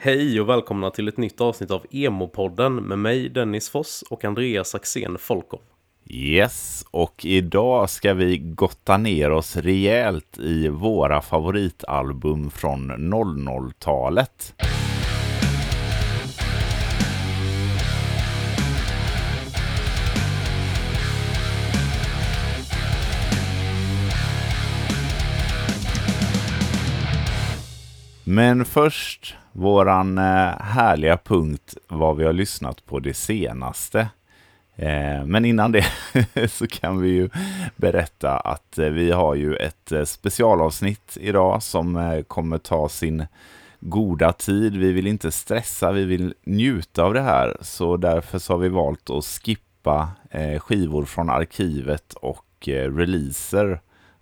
Hej och välkomna till ett nytt avsnitt av Emo-podden med mig Dennis Foss och Andreas Axén Folkov. Yes, och idag ska vi gotta ner oss rejält i våra favoritalbum från 00-talet. Men först våran härliga punkt vad vi har lyssnat på det senaste. Men innan det så kan vi ju berätta att vi har ju ett specialavsnitt idag som kommer ta sin goda tid. Vi vill inte stressa, vi vill njuta av det här. Så därför så har vi valt att skippa skivor från arkivet och releaser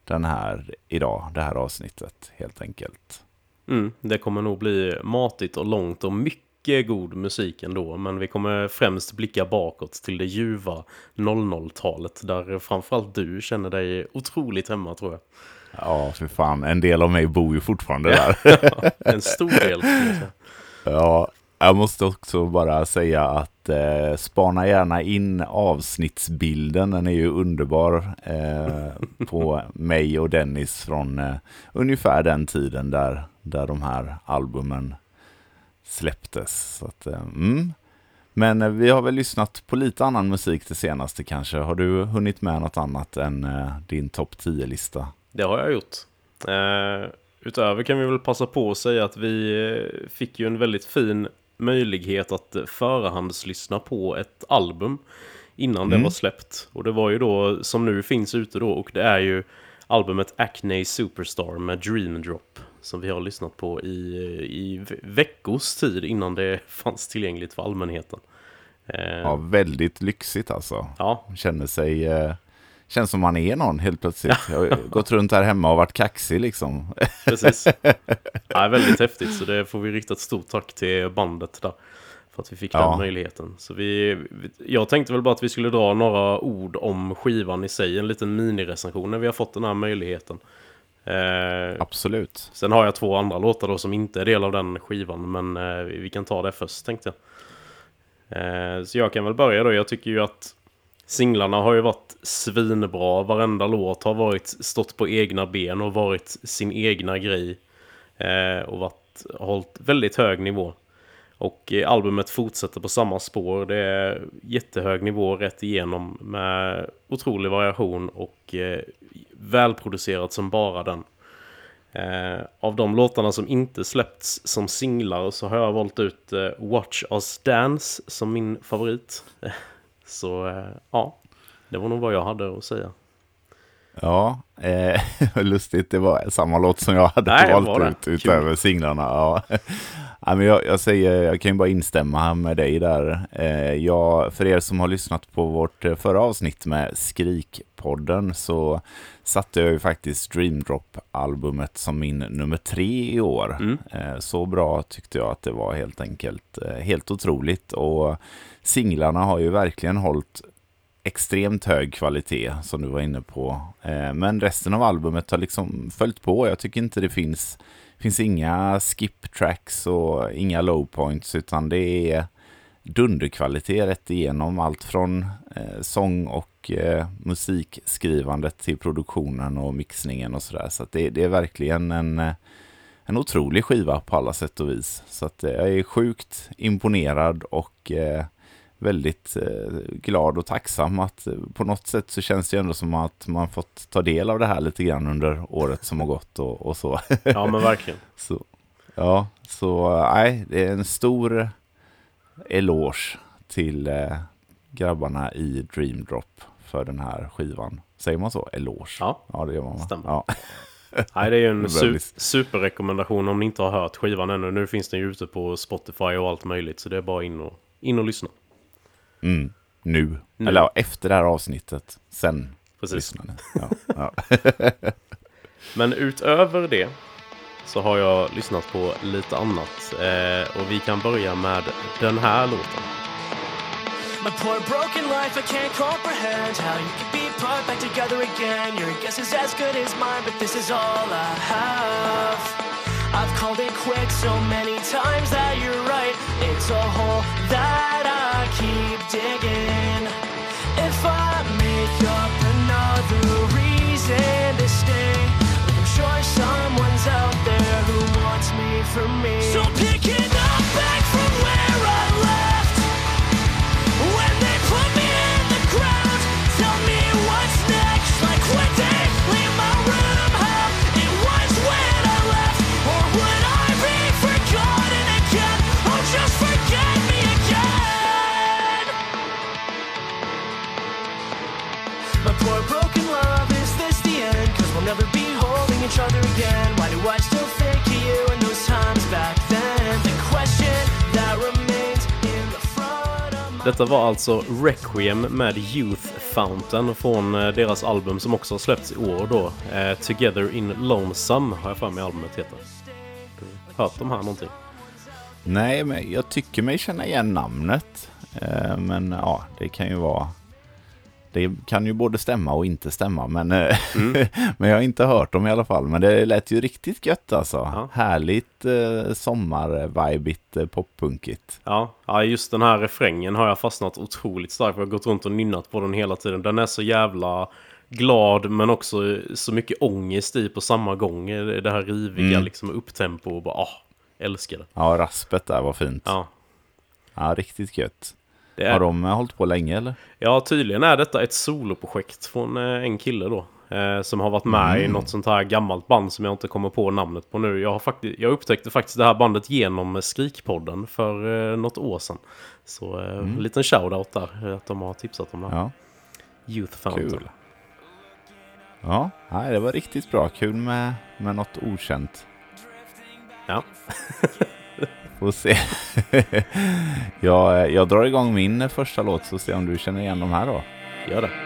det här avsnittet helt enkelt. Det kommer nog bli matigt och långt och mycket god musik ändå. Men vi kommer främst blicka bakåt till det ljuva 00-talet. Där framförallt du känner dig otroligt hemma, tror jag. Ja, för fan. En del av mig bor ju fortfarande där. En stor del. Ja, jag måste också bara säga att spana gärna in avsnittsbilden. Den är ju underbar på mig och Dennis från ungefär den tiden där de här albumen släpptes. Så att, Men vi har väl lyssnat på lite annan musik det senaste kanske. Har du hunnit med något annat än din topp 10-lista? Det har jag gjort. Utöver kan vi väl passa på att säga att vi fick ju en väldigt fin möjlighet att förhandslyssna på ett album innan det var släppt. Och det var ju då, som nu finns ute då, och det är ju albumet Acne Superstar med Dream Drop som vi har lyssnat på i veckors tid innan det fanns tillgängligt för allmänheten. Ja, väldigt lyxigt alltså. Ja. Känns som man är någon helt plötsligt. Jag har gått runt här hemma och varit kaxig liksom. Precis. Ja, väldigt häftigt. Så det får vi rikta ett stort tack till bandet där. För att vi fick den möjligheten. Så jag tänkte väl bara att vi skulle dra några ord om skivan i sig. En liten minirecension när vi har fått den här möjligheten. Absolut. Sen har jag 2 andra låtar då som inte är del av den skivan. Men vi kan ta det först, tänkte jag. Så jag kan väl börja då. Jag tycker ju att singlarna har ju varit svinbra. Varenda låt har stått på egna ben och varit sin egna grej. Och hållit väldigt hög nivå. Och albumet fortsätter på samma spår. Det är jättehög nivå rätt igenom med otrolig variation och välproducerat som bara den. Av de låtarna som inte släppts som singlar så har jag valt ut Watch Us Dance som min favorit. Så ja, det var nog vad jag hade att säga. Ja, lustigt. Det var samma låt som jag hade valt ut utöver singlarna. Ja. Ja, men jag kan ju bara instämma med dig där. För er som har lyssnat på vårt förra avsnitt med Skrikpodden så satte jag ju faktiskt Dream Drop-albumet som min nummer 3 i år. Så bra tyckte jag att det var helt enkelt. Helt otroligt. Och singlarna har ju verkligen hållit extremt hög kvalitet som du var inne på. Men resten av albumet har liksom följt på. Jag tycker inte det finns inga skip tracks och inga low points, utan det är dunderkvalitet rätt igenom. Allt från sång och musikskrivandet till produktionen och mixningen och sådär. Så att det är verkligen en otrolig skiva på alla sätt och vis. Så att jag är sjukt imponerad och väldigt glad och tacksam att på något sätt så känns det ändå som att man fått ta del av det här lite grann under året som har gått och så. Ja, men verkligen. Så det är en stor eloge till grabbarna i Dream Drop för den här skivan. Säger man så? Eloge? Ja, det gör man. Stämmer. Ja. Nej, det är ju en superrekommendation om ni inte har hört skivan ännu. Nu finns den ju ute på Spotify och allt möjligt, så det är bara in och lyssna. Nu. Eller efter det här avsnittet. Sen lyssnar ni. Ja. Men utöver det så har jag lyssnat på lite annat. Och vi kan börja med den här låten. My poor broken life, I can't comprehend how you could be put back together again. Your guess is as good as mine, but this is all I have. I've called it quits so many times that you're it's a hole that I keep digging. If I make up another reason to stay, I'm sure someone's out there who wants me for me. So picking up back from where I left, when they put me in the ground, tell me what's next. Like when they leave my room, how it was when I left. Or would I be forgotten again? Oh, just forget me again. My poor broken love, is this the end? 'Cause we'll never be holding each other again. Why do I still think of you in those times back then? The question that remains in the front of my... Detta var alltså Requiem med Youth Fountain från deras album som också har släppts i år då. Together in Lonesome har jag för mig albumet heter. Du har hört de här någonting? Nej, men jag tycker mig känna igen namnet. Men ja, det kan ju vara... Det kan ju både stämma och inte stämma, men, men jag har inte hört dem i alla fall. Men det lät ju riktigt gött alltså. Ja. Härligt sommar-vibigt, poppunkigt. Ja, just den här refrängen har jag fastnat otroligt starkt. Jag har gått runt och nynnat på den hela tiden. Den är så jävla glad, men också så mycket ångest i på samma gång. Det här riviga liksom upptempo och bara, älskar det. Ja, raspet där var fint. Ja, riktigt gött. Har de hållit på länge eller? Ja, tydligen är detta ett soloprojekt från en kille då. Som har varit med i något sånt här gammalt band som jag inte kommer på namnet på nu. Jag upptäckte faktiskt det här bandet genom Skrikpodden för något år sedan. Så en liten shoutout där att de har tipsat om det. Ja. Youth Fountain. Kul. Ja, det var riktigt bra. Kul med något okänt. Ja. Får se. jag drar igång min första låt så se om du känner igen de här då. Gör det.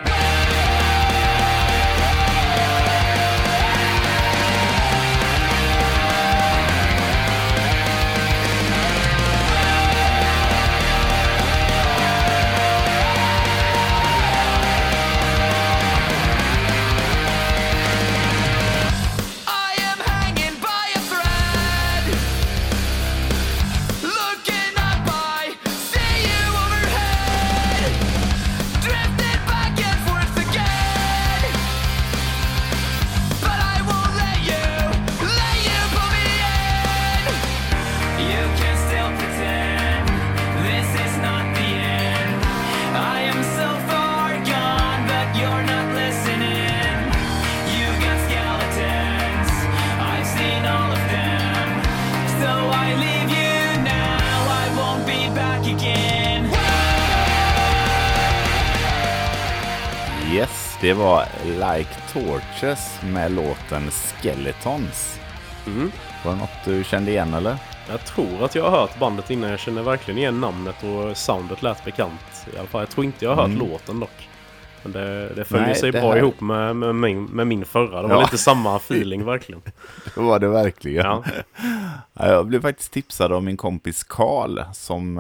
Yes, det var Like Torches med låten Skeletons. Var det något du kände igen eller? Jag tror att jag har hört bandet innan. Jag känner verkligen igen namnet och soundet lät bekant. I alla fall, jag tror inte jag har hört låten dock. Men det följer sig bra ihop med min förra. Det var lite samma feeling verkligen. Det var det verkligen. Ja. Jag blev faktiskt tipsad av min kompis Karl som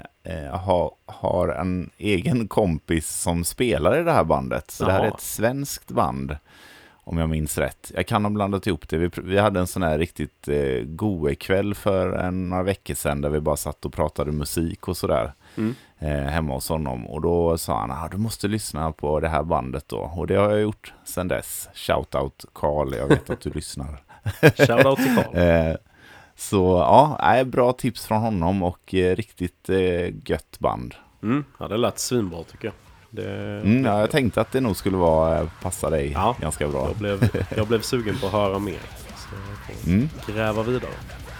har en egen kompis som spelar i det här bandet. Så det här är ett svenskt band om jag minns rätt. Jag kan ha blandat ihop det. Vi hade en sån här riktigt goe kväll för några veckor sedan där vi bara satt och pratade musik och sådär. Hemma hos honom. Och då sa han, du måste lyssna på det här bandet då. Och det har jag gjort sedan dess. Shoutout Karl, jag vet att du lyssnar. Shoutout till Karl. Så ja, bra tips från honom och riktigt gött band. Ja, det lät svinbra tycker jag. Ja, jag tänkte att det nog skulle passa dig ganska bra. Jag blev sugen på att höra mer. Så jag får gräva vidare.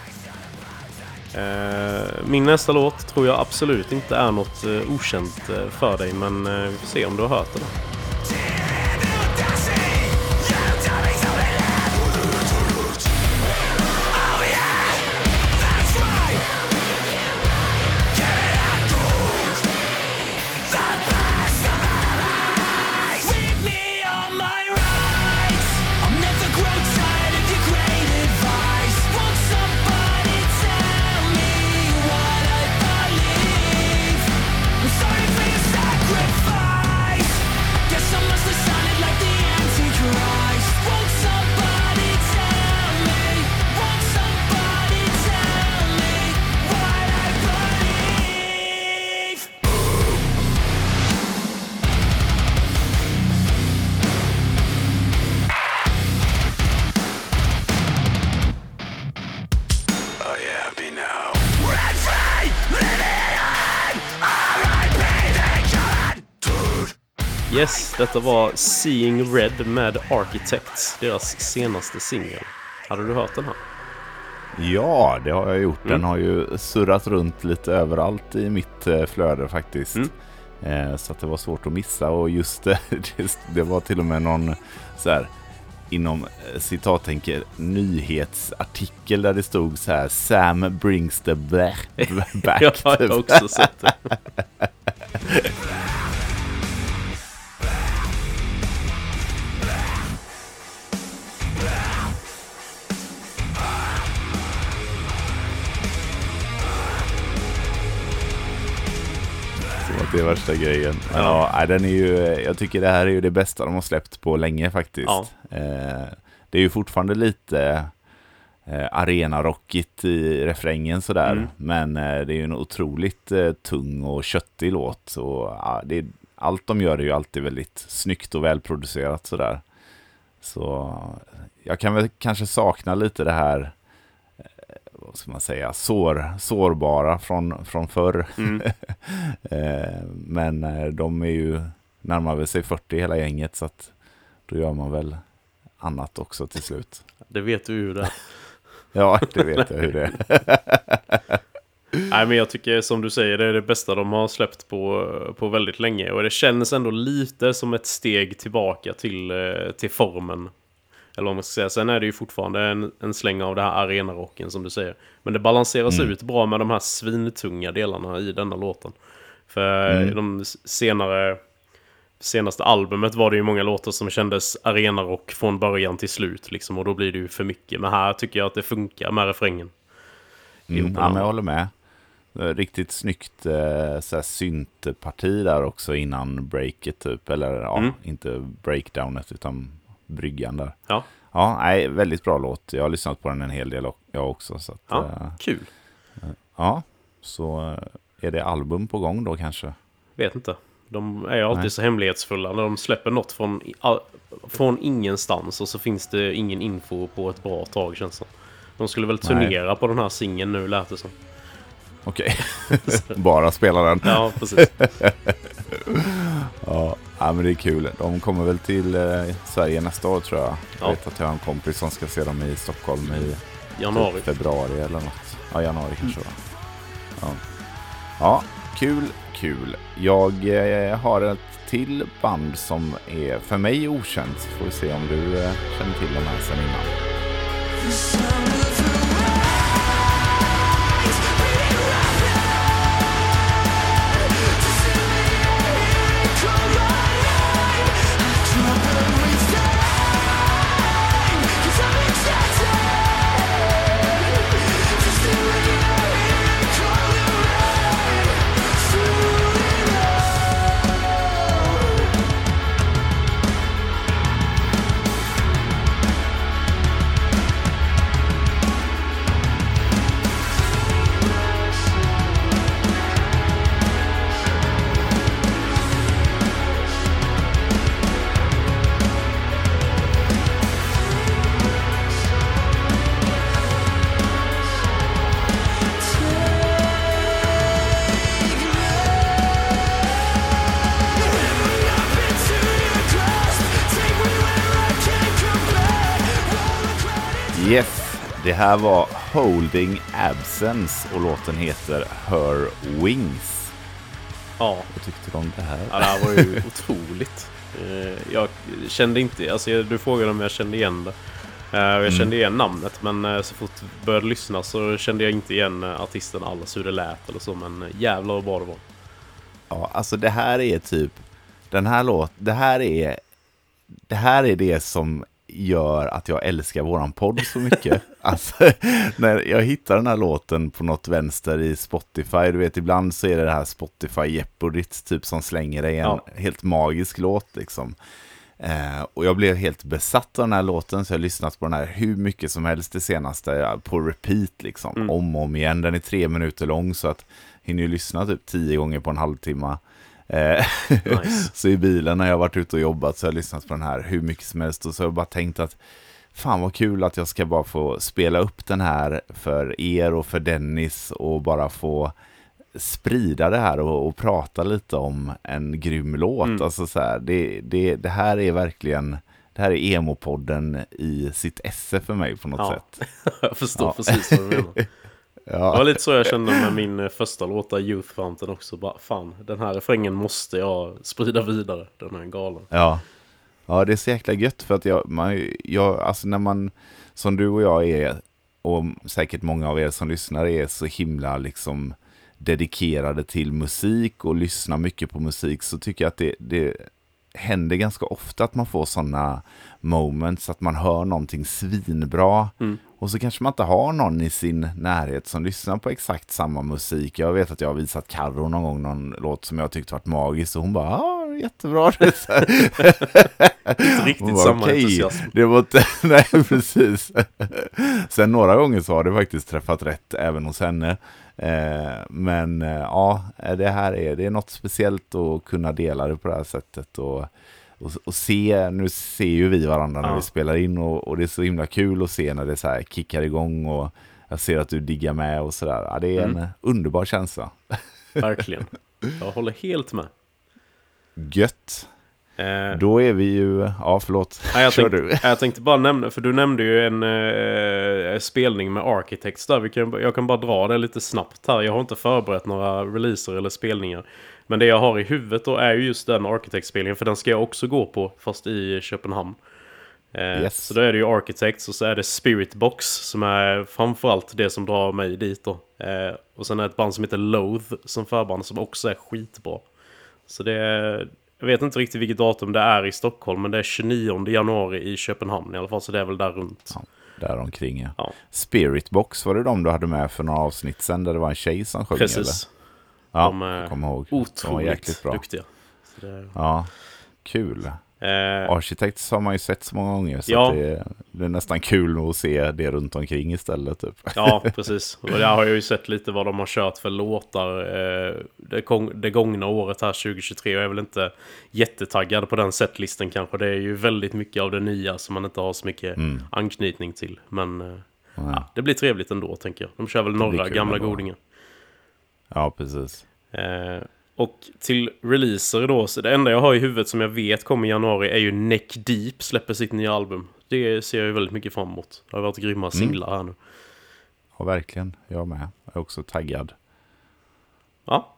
Min nästa låt tror jag absolut inte är något okänt för dig, men vi får se om du har hört den. Yes, detta var Seeing Red med Architects, deras senaste singel. Hade du hört den här? Ja, det har jag gjort. Den har ju surrat runt lite överallt i mitt flöde faktiskt. Så att det var svårt att missa. Och just det var till och med någon så här, inom citattänker nyhetsartikel där det stod så här: Sam brings the back. Jag har också sett det. Det är värsta grejen. Ja, den är ju, jag tycker det här är ju det bästa de har släppt på länge faktiskt. Ja. Det är ju fortfarande lite arenarockigt i refrängen sådär. Men det är ju en otroligt tung och köttig låt. Och, allt de gör är ju alltid väldigt snyggt och välproducerat sådär. Så jag kan väl kanske sakna lite det här, vad ska man säga, sårbara från förr. Men de är ju närmare sig 40 hela gänget, så att då gör man väl annat också till slut. Det vet du hur det är. Ja, det vet jag hur det är. Nej, men jag tycker som du säger, det är det bästa de har släppt på väldigt länge. Och det känns ändå lite som ett steg tillbaka till formen. Eller om man ska säga. Sen är det ju fortfarande en släng av det här arenarocken som du säger. Men det balanseras ut bra med de här svintunga delarna i denna låten. För de senaste albumet var det ju många låtar som kändes arenarock från början till slut. Liksom, och då blir det ju för mycket. Men här tycker jag att det funkar med refrängen. Ja, men jag håller med. Riktigt snyggt så här syntparti där också innan breaket typ. Eller inte breakdownet utan bryggan där. Ja. Ja, nej, väldigt bra låt. Jag har lyssnat på den en hel del jag också. Så att, kul. Ja, så är det album på gång då kanske? Vet inte. De är ju alltid så hemlighetsfulla när de släpper något från ingenstans och så finns det ingen info på ett bra tag, känns det. De skulle väl turnera på den här singeln nu, lät det som. Okej. Bara spela den. Ja, precis. Ja, men det är kul. De kommer väl till Sverige nästa år, tror jag. Jag vet att jag har en kompis som ska se dem i Stockholm i januari. Februari eller något. Ja, januari kanske då. Ja, kul. Jag har ett till band som är för mig okänt. Får vi se om du känner till dem här sen innan. Yes, det här var Holding Absence och låten heter Her Wings. Ja. Vad tyckte du om det här? Ja, det här var ju otroligt. Jag kände inte, alltså du frågade om jag kände igen det. Jag kände igen namnet, men så fort jag började lyssna så kände jag inte igen artisten alls, hur det lät eller så, men jävlar vad bra det var. Ja, alltså det här är typ, den här låt, det här är det som gör att jag älskar våran podd så mycket. Alltså, när jag hittar den här låten på något vänster i Spotify, du vet, ibland så är det här Spotify Jeopardyt typ som slänger dig en helt magisk låt liksom. Och jag blev helt besatt av den här låten, så jag har lyssnat på den här hur mycket som helst det senaste på repeat liksom, om och om igen. Den är 3 minuter lång, så att hinner ju lyssna typ 10 gånger på en halvtimme. Nice. Så i bilen när jag har varit ute och jobbat så har jag lyssnat på den här hur mycket som helst, och så har jag bara tänkt att fan vad kul att jag ska bara få spela upp den här för er och för Dennis och bara få sprida det här och prata lite om en grym låt. Alltså så här, det här är verkligen, det här är emo-podden i sitt esse för mig på något sätt. Jag förstår precis vad du menar. Det var lite så jag kände med min första låta Youth Fountain också. Bara, fan, den här refrängen måste jag sprida vidare. Den här galen. Ja, det är så jäkla gött för att alltså när man, som du och jag är, och säkert många av er som lyssnar är så himla liksom dedikerade till musik och lyssnar mycket på musik, så tycker jag att det händer ganska ofta att man får sådana moments att man hör någonting svinbra och så kanske man inte har någon i sin närhet som lyssnar på exakt samma musik. Jag vet att jag har visat Karro någon gång någon låt som jag tyckte varit magisk och hon bara, jättebra. Det inte riktigt samma entusiasm. Det var inte, nej precis. Sen några gånger så har det faktiskt träffat rätt även hos henne. Men det är något speciellt att kunna dela det på det här sättet och se, nu ser ju vi varandra när vi spelar in och det är så himla kul att se när det så här kickar igång och jag ser att du diggar med och sådär. Ja, det är en underbar känsla. Verkligen. Jag håller helt med. Gött. Då är vi ju... Ja, förlåt. Jag tänkte bara nämna, för du nämnde ju en spelning med Architects där. Jag kan bara dra det lite snabbt här. Jag har inte förberett några releaser eller spelningar. Men det jag har i huvudet då är ju just den Architects-spelningen. För den ska jag också gå på, fast i Köpenhamn. Yes. Så då är det ju Architects och så är det Spirit Box som är framförallt det som drar mig dit då. Och sen är det ett band som heter Loathe som förband som också är skitbra. Så det är... Jag vet inte riktigt vilket datum det är i Stockholm, men det är 29 januari i Köpenhamn i alla fall, så det är väl där runt. Ja, där omkring, ja. Spirit Box, var det de du hade med för några avsnitt sen där det var en tjej som sjöng? Precis. Eller? Ja, de är kom ihåg. otroligt bra. Så det... Ja, kul. Architects har man ju sett så många gånger så att det är nästan kul att se det runt omkring istället typ. Ja, precis. Och jag har ju sett lite vad de har kört för låtar det gångna året här 2023 och jag är väl inte jättetaggad på den setlisten kanske. Det är ju väldigt mycket av det nya som man inte har så mycket anknytning till. Men det blir trevligt ändå, tänker jag. De kör väl några gamla godingar. Ja, precis. Och till releaser då, så det enda jag har i huvudet som jag vet kommer i januari är ju Neck Deep släpper sitt nya album. Det ser jag ju väldigt mycket fram emot. Det har varit grymma singlar här nu. Ja, verkligen. Jag med. Jag är också taggad. Ja.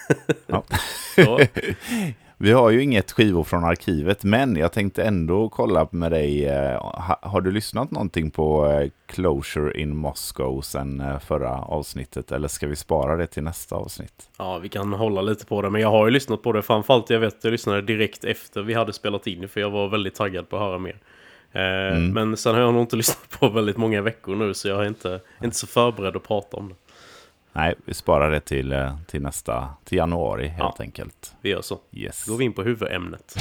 Vi har ju inget skivor från arkivet, men jag tänkte ändå kolla med dig. Har du lyssnat någonting på Closure in Moscow sen förra avsnittet, eller ska vi spara det till nästa avsnitt? Ja, vi kan hålla lite på det, men jag har ju lyssnat på det. Framförallt jag lyssnade direkt efter vi hade spelat in, för jag var väldigt taggad på att höra mer. Men sen har jag nog inte lyssnat på väldigt många veckor nu, så jag är inte så förberedd att prata om det. Nej, vi sparar det till januari helt enkelt. Vi gör så. Yes. Går vi in på huvudämnet.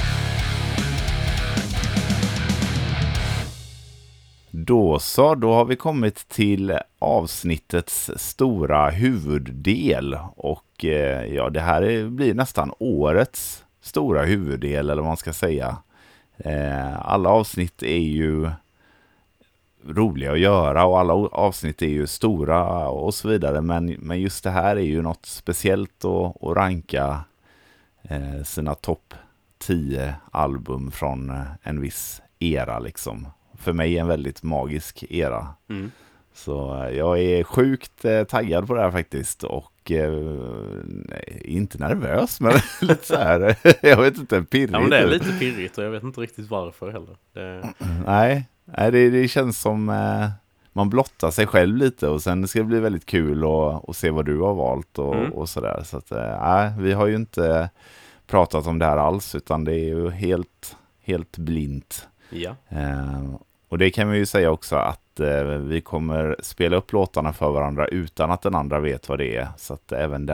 Då har vi kommit till avsnittets stora huvuddel. Och det här blir nästan årets stora huvuddel, eller vad man ska säga. Alla avsnitt är ju roliga att göra och alla avsnitt är ju stora och så vidare, men just det här är ju något speciellt att ranka sina topp 10 album från en viss era liksom. För mig en väldigt magisk era. Så jag är sjukt taggad på det här faktiskt och inte nervös, men lite så här, jag vet inte, pirrigt. Ja, men det är lite pirrigt och jag vet inte riktigt varför heller. Nej, det känns som man blottar sig själv lite och sen ska det bli väldigt kul att se vad du har valt och sådär. Så att vi har ju inte pratat om det här alls, utan det är ju helt blint. Ja. Och det kan vi ju säga också att vi kommer spela upp låtarna för varandra utan att den andra vet vad det är. Så att även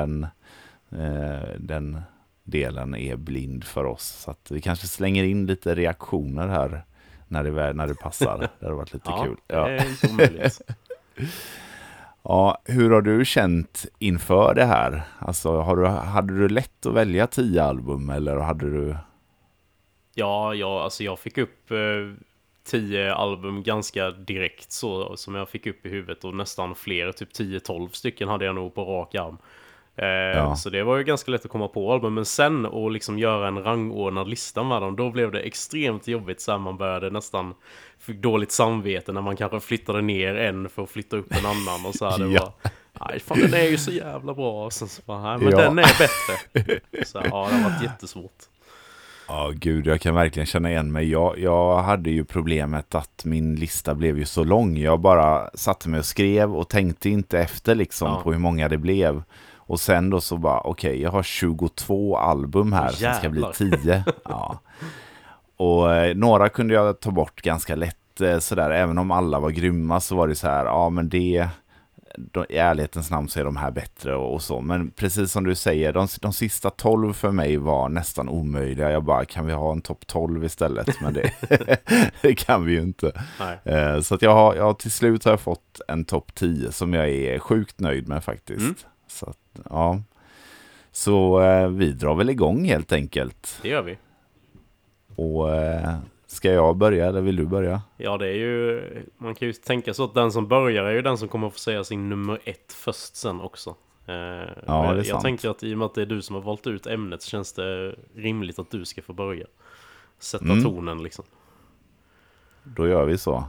den delen är blind för oss. Så att vi kanske slänger in lite reaktioner här när det passar. Det har varit lite kul. Ja, det är inte omöjligt. Ja, hur har du känt inför det här? Alltså, hade du lätt att välja 10 album eller hade du... Ja, alltså jag fick upp 10 album ganska direkt så som jag fick upp i huvudet och nästan fler, typ 10-12 stycken hade jag nog på rak arm. Så det var ju ganska lätt att komma på album. Men sen att liksom göra en rangordnad lista med dem, då blev det extremt jobbigt. Så man började nästan fick dåligt samvete när man kanske flyttade ner en för att flytta upp en annan. Och så här, det var, nej fan, den är ju så jävla bra. Och sen så bara, nej, men den är bättre. Så det har varit jättesvårt. Ja, gud, jag kan verkligen känna igen mig. Jag hade ju problemet att min lista blev ju så lång. Jag bara satte mig och skrev och tänkte inte efter liksom på hur många det blev. Och sen då så bara, okej, jag har 22 album här som ska bli 10. Ja. Och några kunde jag ta bort ganska lätt sådär. Även om alla var grymma så var det så här, ja men det... I ärlighetens namn så är de här bättre och så. Men precis som du säger, de sista 12 för mig var nästan omöjliga. Jag bara, kan vi ha en topp 12 istället? Men det kan vi ju inte. Så att jag till slut har jag fått en topp 10 som jag är sjukt nöjd med faktiskt. Så att, ja. Så vi drar väl igång helt enkelt. Det gör vi. Och ska jag börja eller vill du börja? Ja, det är ju... Man kan ju tänka så att den som börjar är ju den som kommer att få säga sin nummer 1 först sen också. Jag tänker att i och med att det är du som har valt ut ämnet så känns det rimligt att du ska få börja. Sätta tonen liksom. Då gör vi så.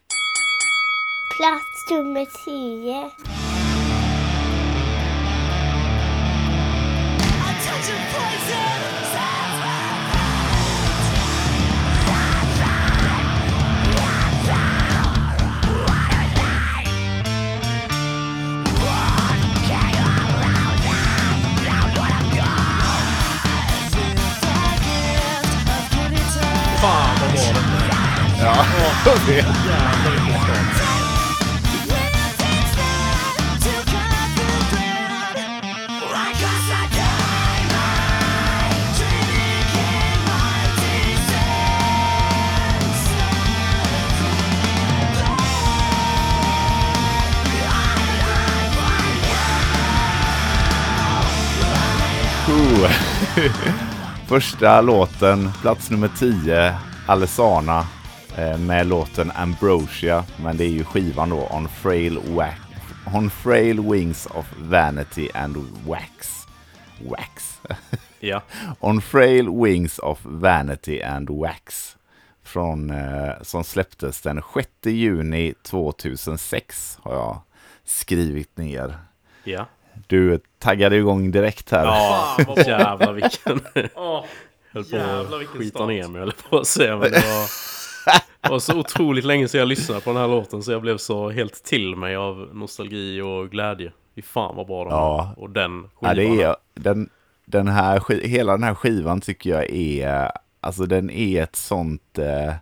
Plats nummer 10. Fan vad bra det är. Ja, det är Första låten, plats nummer 10, Alesana med låten Ambrosia, men det är ju skivan då, On Frail Wings of Vanity and Wax. Ja. On Frail Wings of Vanity and Wax som släpptes den 6 juni 2006 har jag skrivit ner. Ja. Du taggade igång direkt här. Ja, jävlar vilken... höll på att skita ner mig, eller på att säga. Men det var så otroligt länge sedan jag lyssnade på den här låten, så jag blev så helt till mig av nostalgi och glädje. Fy fan vad bra de är. Och den skivan. Ja, det är, hela den här skivan tycker jag är... Alltså den är ett sånt...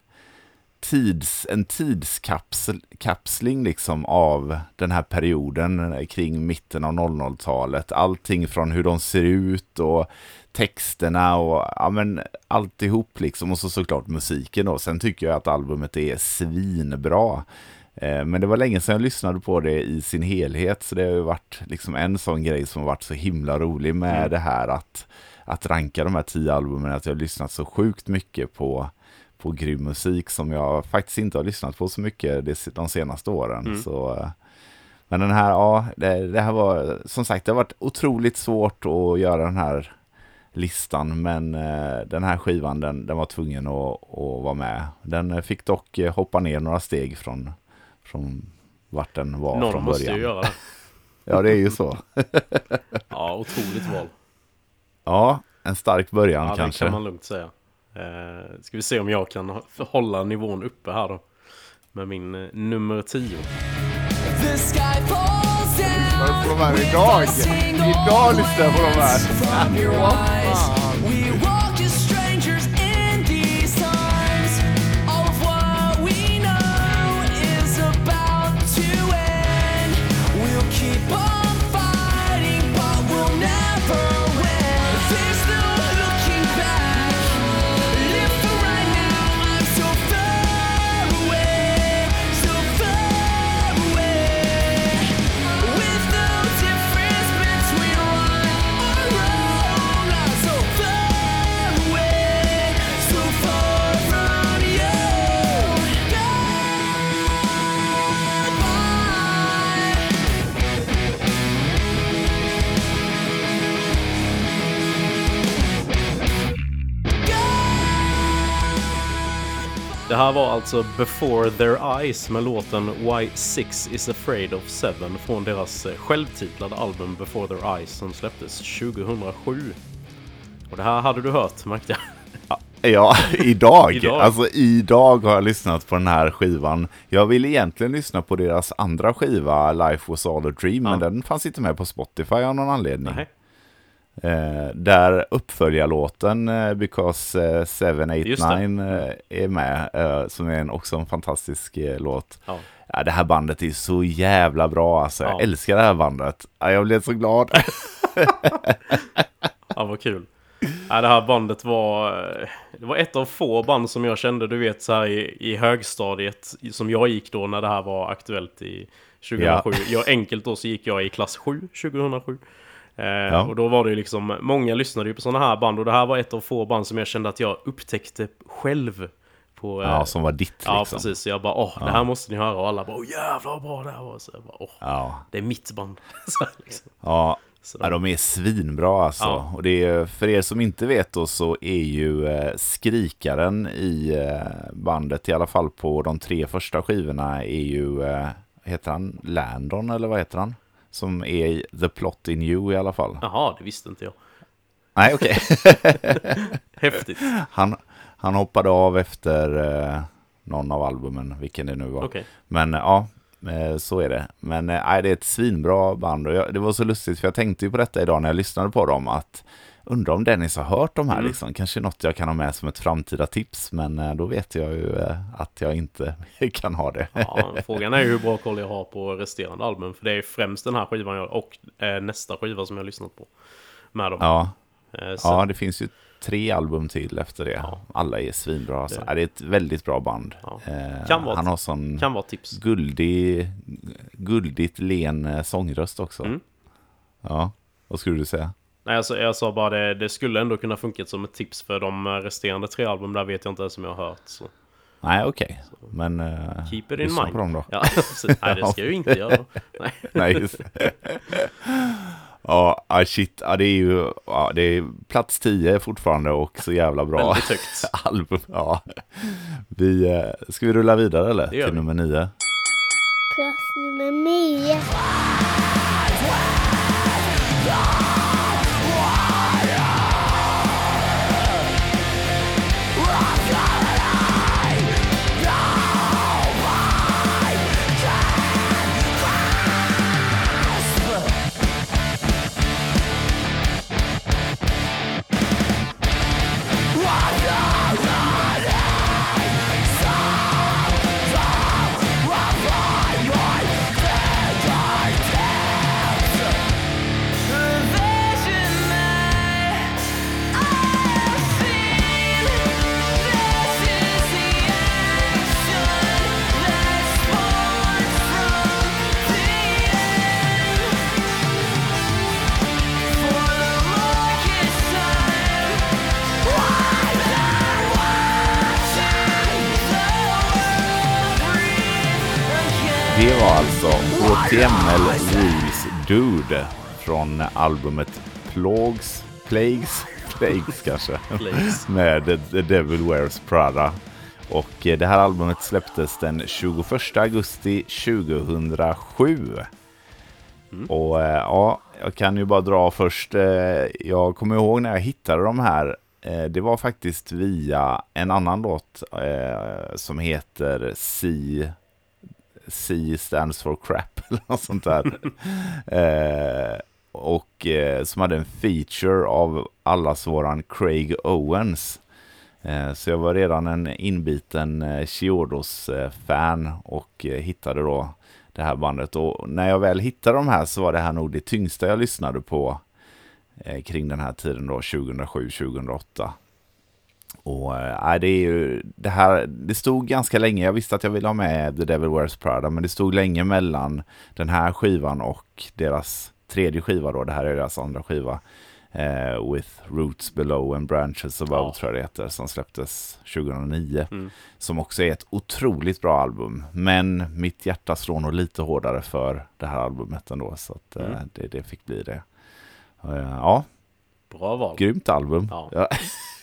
en tidskapsling liksom av den här perioden kring mitten av 00-talet. Allting från hur de ser ut och texterna och ja, men alltihop liksom. Och så såklart musiken då. Sen tycker jag att albumet är svinbra. Men det var länge sedan jag lyssnade på det i sin helhet, så det har ju varit liksom en sån grej som har varit så himla rolig med det här att ranka de här 10 albumen, att jag har lyssnat så sjukt mycket på grym musik som jag faktiskt inte har lyssnat på så mycket de senaste åren. Så, men den här, det här var, som sagt, det har varit otroligt svårt att göra den här listan, men den här skivan, den var tvungen att vara med. Den fick dock hoppa ner några steg från vart den var någon från början. Måste ju göra det. Ja, det är ju så. Ja, otroligt val. Ja, en stark början kanske. Det kan man lugnt säga. Ska vi se om jag kan hålla nivån uppe här då. Med min nummer 10. Lyssnar du på de här idag? Idag lyssnar jag på de här. Det här var alltså Before Their Eyes med låten Why Six Is Afraid of Seven från deras självtitlade album Before Their Eyes som släpptes 2007. Och det här hade du hört, märkte jag. Ja, idag. Alltså idag har jag lyssnat på den här skivan. Jag ville egentligen lyssna på deras andra skiva, Life Was All A Dream, men den fanns inte med på Spotify av någon anledning. Där uppföljarlåten Because 789 är med, som är också en fantastisk låt. Ja, det här bandet är så jävla bra alltså. Jag älskar det här bandet. Jag blev så glad. Ja, vad kul. Ja, det här bandet det var ett av få band som jag kände, du vet, så här i högstadiet som jag gick då när det här var aktuellt i 2007. Enkelt då så gick jag i klass 7 2007. Och då var det ju liksom, många lyssnade ju på sådana här band och det här var ett av få band som jag kände att jag upptäckte själv på, som var ditt liksom. Ja, precis. Så jag bara, det här måste ni höra och alla bara, jävlar vad bra det här var. Så jag bara, det är mitt band. Så liksom. Ja, de är svinbra alltså. Och det är, för er som inte vet då, så är ju skrikaren i bandet, i alla fall på de 3 första skivorna, är ju, heter han Landon eller vad heter han? Som är i The Plot in You i alla fall. Jaha, det visste inte jag. Nej, okej. Häftigt. Han hoppade av efter någon av albumen, vilken det nu var. Okay. Men så är det. Men det är ett svinbra band. Och det var så lustigt, för jag tänkte ju på detta idag när jag lyssnade på dem, att undrar om Dennis har hört de här liksom. Kanske något jag kan ha med som ett framtida tips, men då vet jag ju att jag inte kan ha det. Ja, frågan är ju hur bra koll jag har på resterande album, för det är främst den här skivan och nästa skiva som jag har lyssnat på med dem. Ja, det finns ju 3 album till efter det. Ja. Alla är svinbra. Alltså. Det är ett väldigt bra band. Ja. Han har sån kan vara tips. Guldigt len sångröst också. Ja, vad skulle du säga? Nej, alltså, jag sa bara det skulle ändå kunna funka som ett tips, för de resterande 3 album där vet jag inte ens om jag har hört. Så. Nej, okej. Men keep it in mind. På dem då. Ja, nej, det ska jag ju inte göra. Nej, just det. Ja, shit. Ja, det är ju det är plats 10 fortfarande och så jävla bra. Väldigt högt. Album. Ja. Ska vi rulla vidare eller? Till nummer 9. Plats nummer 9. Det var alltså HTML Rules Dude från albumet Plagues kanske, med The Devil Wears Prada. Och det här albumet släpptes den 21 augusti 2007. Och jag kan ju bara dra först. Jag kommer ihåg när jag hittade de här. Det var faktiskt via en annan låt som heter C stands for crap eller något sånt där. Och som hade en feature av allas våran Craig Owens. Så jag var redan en inbiten Chiodos-fan och hittade då det här bandet. Och när jag väl hittade de här så var det här nog det tyngsta jag lyssnade på kring den här tiden då, 2007-2008. Och det är ju det här, det stod ganska länge. Jag visste att jag ville ha med The Devil Wears Prada, men det stod länge mellan den här skivan och deras tredje skiva då. Det här är deras andra skiva, With Roots Below and Branches Above, tror jag det heter, som släpptes 2009. Som också är ett otroligt bra album, men mitt hjärta slår nog lite hårdare för det här albumet ändå, så att det fick bli det. Ja, bra val. Grymt album. Ja.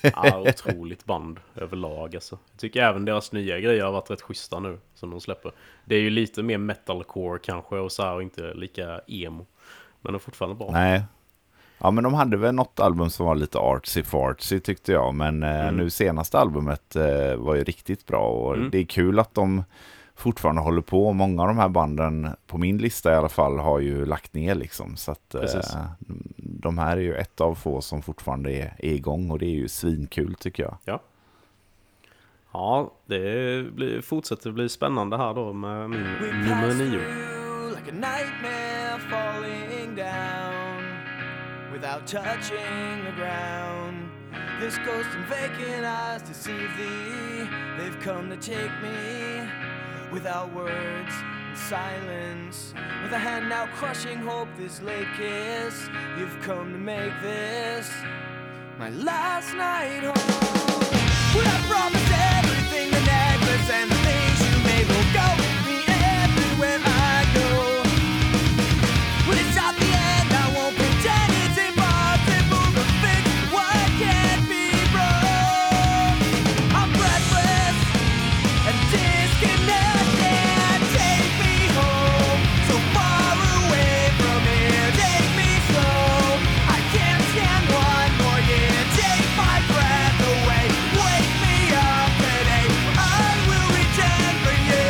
Ja, otroligt band överlag alltså. Jag tycker även deras nya grejer har varit rätt schyssta nu som de släpper. Det är ju lite mer metalcore kanske och så här, och inte lika emo. Men det är fortfarande bra. Nej. Ja, men de hade väl något album som var lite artsy-fartsy tyckte jag. Men nu senaste albumet var ju riktigt bra. Och det är kul att de fortfarande håller på. Många av de här banden, på min lista i alla fall, har ju lagt ner liksom. Så att de här är ju ett av få som fortfarande är igång. Och det är ju svinkul tycker jag. Ja. Ja, det fortsätter bli spännande här då med min nummer 9. Like a nightmare falling down without touching the ground. This ghost and vacant eyes deceive thee. They've come to take me without words and silence. With a hand now crushing hope, this late kiss. You've come to make this my last night home. Would I promise everything, the necklace and the things you made will go with me everywhere I go. When it's at the end, I won't pretend it's impossible to fix what can't be broke. I'm breathless and disconnected. Take me home, so far away from here. Take me slow, I can't stand one more year. Take my breath away, wake me up today. I will return for you.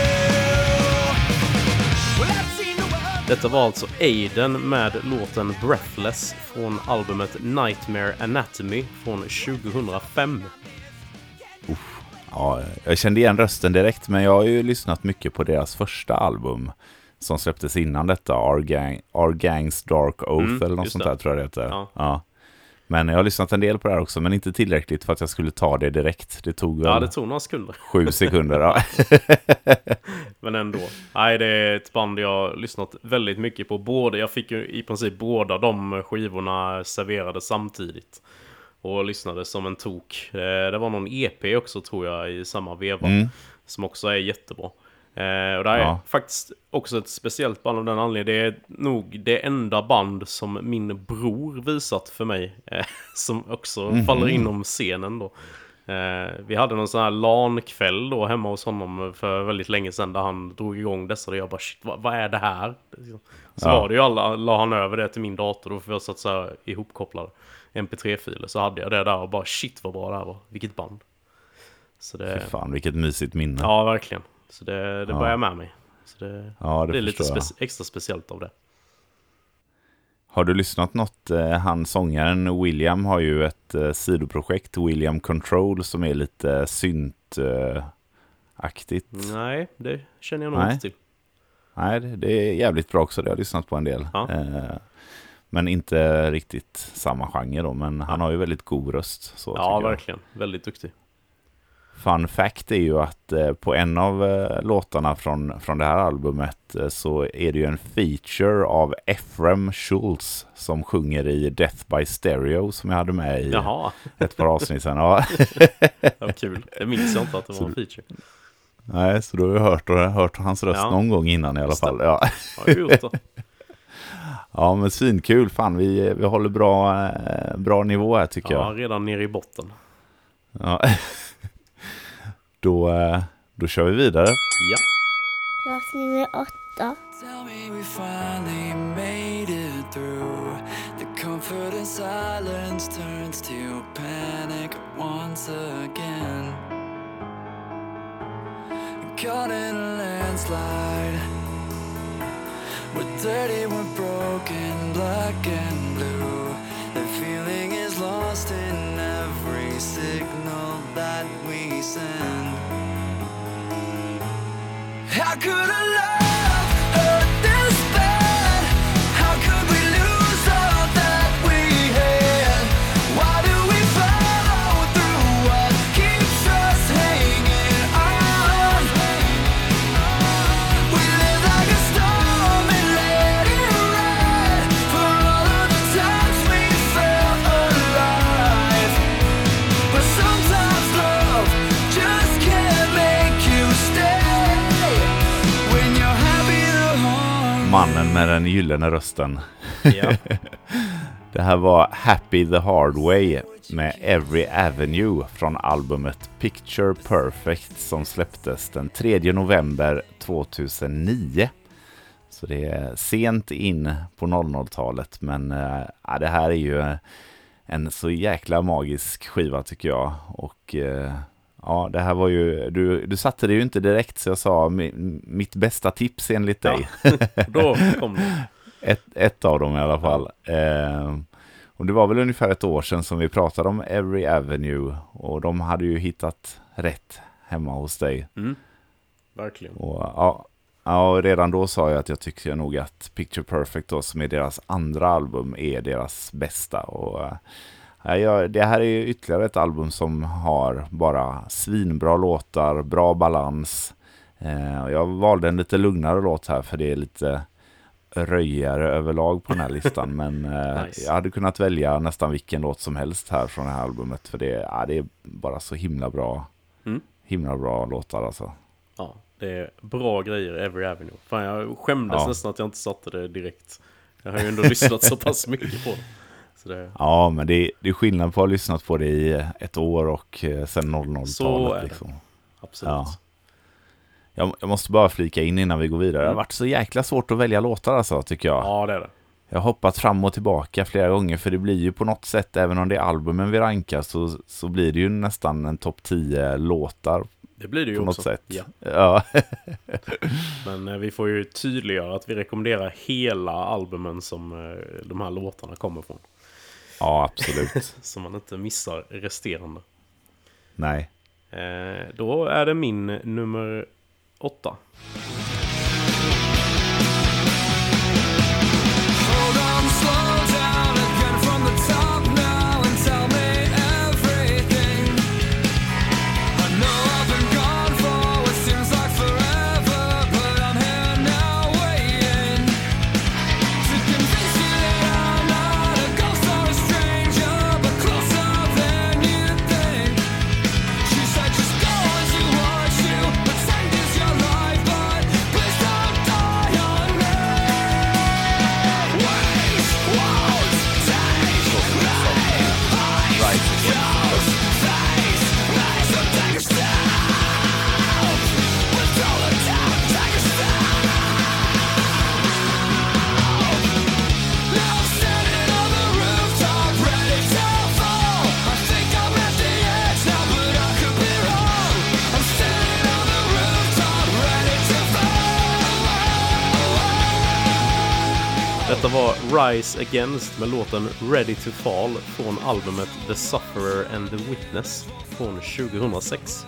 Well, I've seen the world. Detta var alltså Aiden med låten Breathless från albumet Nightmare Anatomy från 2005. Ja, jag kände igen rösten direkt, men jag har ju lyssnat mycket på deras första album som släpptes innan detta, Our Gang's Dark Oath eller något sånt där tror jag det heter. Ja. Men jag har lyssnat en del på det här också, men inte tillräckligt för att jag skulle ta det direkt. Det tog Ja, det tog några sekunder. 7 sekunder. Ja. Men ändå. Nej, det är ett band jag har lyssnat väldigt mycket på. Jag fick ju i princip båda de skivorna serverade samtidigt. Och lyssnade som en tok. Det var någon EP också tror jag i samma veva. Som också är jättebra. Och det är faktiskt också ett speciellt band av den anledningen. Det är nog det enda band som min bror visat för mig. Som också faller inom scenen då. Vi hade någon sån här LAN-kväll då hemma hos honom för väldigt länge sedan. Där han drog igång dessa och jag bara shit, vad är det här? Så var det ju la han över det till min dator. Då för jag satt så här ihopkopplade MP3-filer. Så hade jag det där och bara shit vad bra det här var. Vilket band. Så det... Fy fan, vilket mysigt minne. Ja, verkligen. Så det börjar med mig. Så det är lite extra speciellt av det. Har du lyssnat något? Han sångaren William har ju ett sidoprojekt, William Control, som är lite synt-aktigt. Nej, det känner jag nog inte till. Nej, det är jävligt bra också. Det har jag lyssnat på en del. Ja. Men inte riktigt samma genre då. Men han har ju väldigt god röst. Så ja, verkligen. Väldigt duktig. Fun fact är ju att på en av låtarna från det här albumet så är det ju en feature av Ephraim Schultz som sjunger i Death by Stereo som jag hade med i ett par avsnitt sedan. Ja. Ja, kul. Det minns jag inte att det var en feature. Nej, så då har jag hört hans röst någon gång innan i alla fall. Ja, har jag gjort det. Ja, men svinkul. Fan, vi håller bra nivå här tycker jag. Ja, redan nere i botten. Ja. Då kör vi vidare. Ja. Plats nummer 8. Tell me we finally made it through. The comfort and silence turns to panic once again. Caught in a landslide. We're dirty, we're broken, black and blue. The feeling is lost in every signal that we send. How could a love hurt this bad? How could we lose all that we had? Why do we follow through what keeps us hanging on? We live like a storm and let it ride. For all of the times we felt alive. But sometimes love just can't make you stay. Mannen med den gyllene rösten. Ja. Det här var Happy the Hard Way med Every Avenue från albumet Picture Perfect som släpptes den 3 november 2009. Så det är sent in på 00-talet, men det här är ju en så jäkla magisk skiva tycker jag. Och det här var ju, du satte det ju inte direkt, så jag sa mitt bästa tips enligt dig. Då kom det. Ett av dem i alla fall. Och det var väl ungefär ett år sedan som vi pratade om Every Avenue, och de hade ju hittat rätt hemma hos dig. Verkligen. Och redan då sa jag att jag tycker nog att Picture Perfect då, som är deras andra album, är deras bästa. Och det här är ytterligare ett album som har bara svinbra låtar, bra balans. Jag valde en lite lugnare låt här för det är lite röjigare överlag på den här listan, men nice. Jag hade kunnat välja nästan vilken låt som helst här från det här albumet, för det är bara så himla bra låtar alltså. Ja, det är bra grejer, Every Avenue. Fan, jag skämdes nästan att jag inte satte det direkt. Jag har ju ändå lyssnat så pass mycket på det. Så det... Ja, men det är skillnad på att ha lyssnat på det i ett år och sen 00-talet. Så är liksom. Det. Absolut. Ja. Jag måste bara flika in innan vi går vidare. Det har varit så jäkla svårt att välja låtar alltså, tycker jag. Ja, det är det. Jag har hoppat fram och tillbaka flera gånger, för det blir ju på något sätt, även om det är albumen vi rankar, så blir det ju nästan en topp 10 låtar. Det blir det ju på också. Något sätt. Ja. Men vi får ju tydliggöra att vi rekommenderar hela albumen som de här låtarna kommer från. Ja, absolut. Så man inte missar resterande. Nej. Då är det min nummer 8. Detta var Rise Against med låten Ready to Fall från albumet The Sufferer and the Witness från 2006.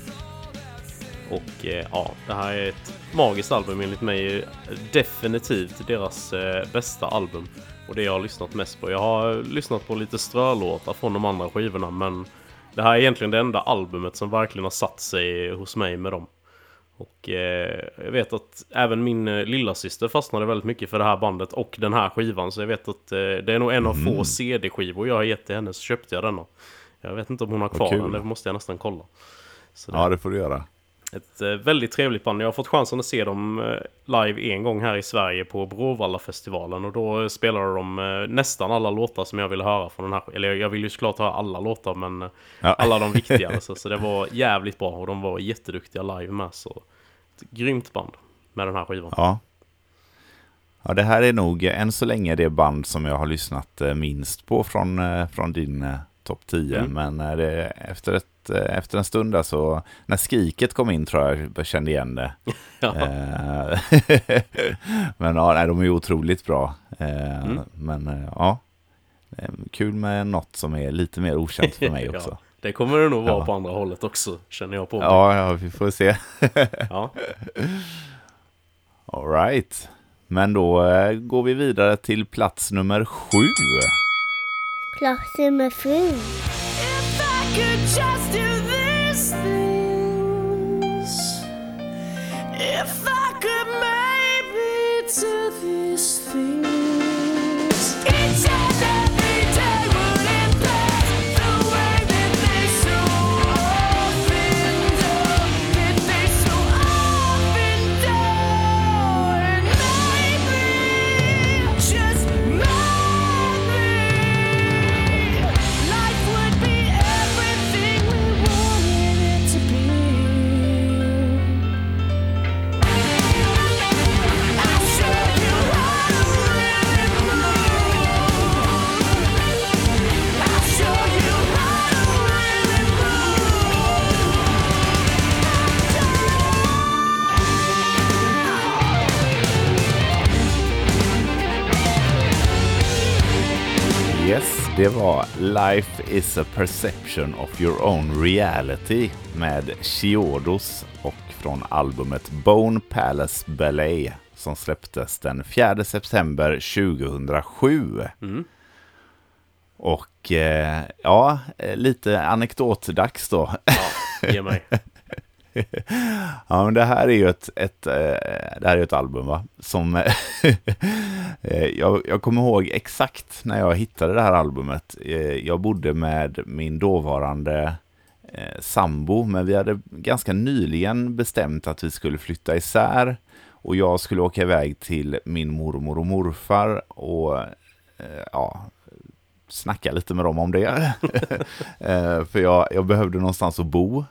Och det här är ett magiskt album enligt mig. Definitivt deras bästa album. Och det jag har lyssnat mest på. Jag har lyssnat på lite strölåtar från de andra skivorna, men det här är egentligen det enda albumet som verkligen har satt sig hos mig med dem. Och jag vet att även min lilla syster fastnade väldigt mycket för det här bandet och den här skivan. Så jag vet att det är nog en av få CD-skivor jag har gett till henne, så köpte jag denna. Jag vet inte om hon har kvar den, det måste jag nästan kolla. Så ja, det får du göra. Ett väldigt trevligt band. Jag har fått chansen att se dem live en gång här i Sverige på Bråvalla-festivalen. Och då spelade de nästan alla låtar som jag ville höra från den här. Eller jag vill ju såklart höra alla låtar, men alla de viktiga. Så det var jävligt bra och de var jätteduktiga live med. Så ett grymt band med den här skivan. Ja, det här är nog än så länge det band som jag har lyssnat minst på från din topp 10. Men det, efter en stund där, så när skriket kom in tror jag kände igen det. Men de är otroligt bra. Men kul med något som är lite mer okänt för mig också. Det kommer det nog vara på andra hållet också, känner jag på. Ja, vi får se. Ja. All right. Men då går vi vidare till plats nummer 7. Plats nummer 7. If I could just do these things, if I could maybe do these things, each and every day wouldn't pass the way that they so often do, that they so often do. And maybe, just maybe Det var Life is a perception of your own reality med Chiodos och från albumet Bone Palace Ballet som släpptes den 4 september 2007. Och ja, lite anekdotdags då. Ja, ge mig. Ja, men det här är ju ett album, va? Som jag kommer ihåg exakt när jag hittade det här albumet. Jag bodde med min dåvarande sambo, men vi hade ganska nyligen bestämt att vi skulle flytta isär och jag skulle åka iväg till min mormor och morfar och ja, snacka lite med dem om det. För jag behövde någonstans att bo.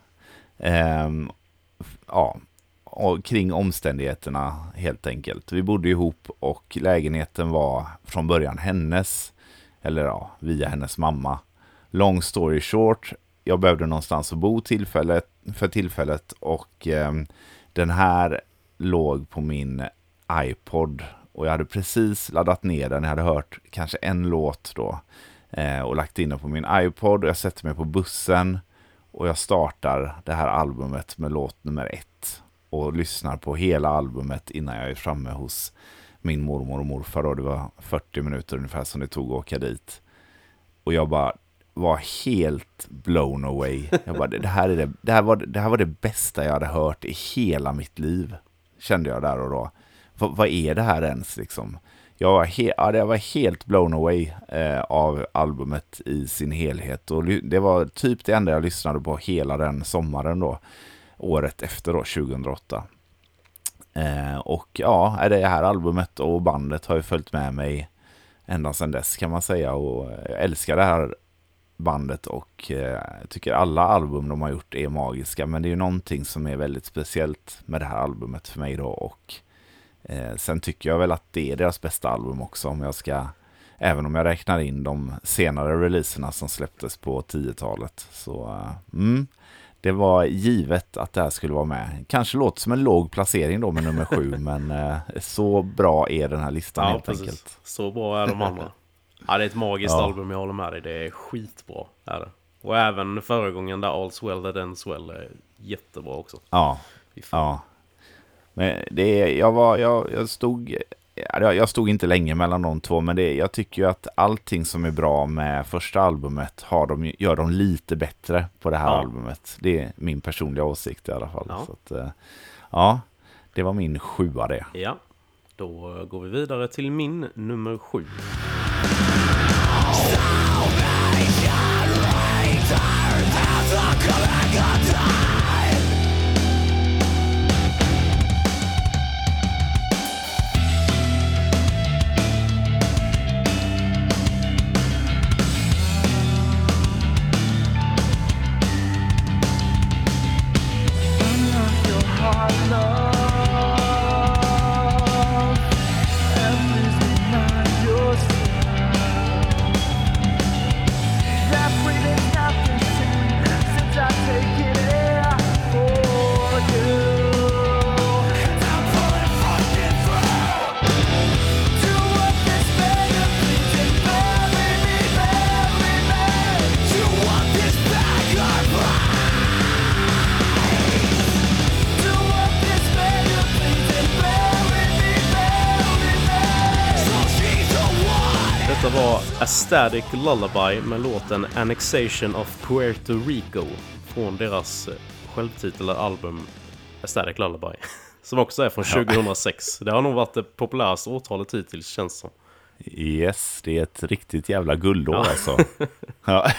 Ja, och kring omständigheterna helt enkelt. Vi bodde ihop och lägenheten var från början hennes, eller ja, via hennes mamma. Long story short, jag behövde någonstans att bo för tillfället och den här låg på min iPod och jag hade precis laddat ner den. Jag hade hört kanske en låt då och lagt in den på min iPod och jag sätter mig på bussen och jag startar det här albumet med låt nummer 1 och lyssnar på hela albumet innan jag är framme hos min mormor och morfar. Och det var 40 minuter ungefär som det tog att åka dit. Och jag bara var helt blown away. Jag bara, det här var det bästa jag hade hört i hela mitt liv, kände jag där och då. Vad är det här ens liksom? Jag var helt blown away av albumet i sin helhet. Och det var typ det enda jag lyssnade på hela den sommaren då. Året efter då, 2008. Och ja, det här albumet och bandet har ju följt med mig ända sedan dess kan man säga. Och jag älskar det här bandet och jag tycker alla album de har gjort är magiska. Men det är ju någonting som är väldigt speciellt med det här albumet för mig då. Och sen tycker jag väl att det är deras bästa album också, om jag ska, även om jag räknar in de senare releaserna som släpptes på 10-talet. Så det var givet att det här skulle vara med. Kanske låter som en låg placering då med nummer 7, men så bra är den här listan helt enkelt. Så bra är de andra. Ja, det är ett magiskt album, jag håller med dig. Det är skitbra, är det. Och även förra gången där All's Well That Ends Well är jättebra också. Ja, ja. Men jag stod inte länge mellan de två, men jag tycker ju att allting som är bra med första albumet gör de lite bättre på det här albumet. Det är min personliga åsikt i alla fall. Ja. Så att, ja, det var min 7:a det. Ja, då går vi vidare till min nummer 7. Detta var A Static Lullaby med låten Annexation of Puerto Rico från deras självtitlade album A Static Lullaby, som också är från 2006. Det har nog varit det populäraste årtalet hittills, känns som. Yes, det är ett riktigt jävla guldår alltså. Ja.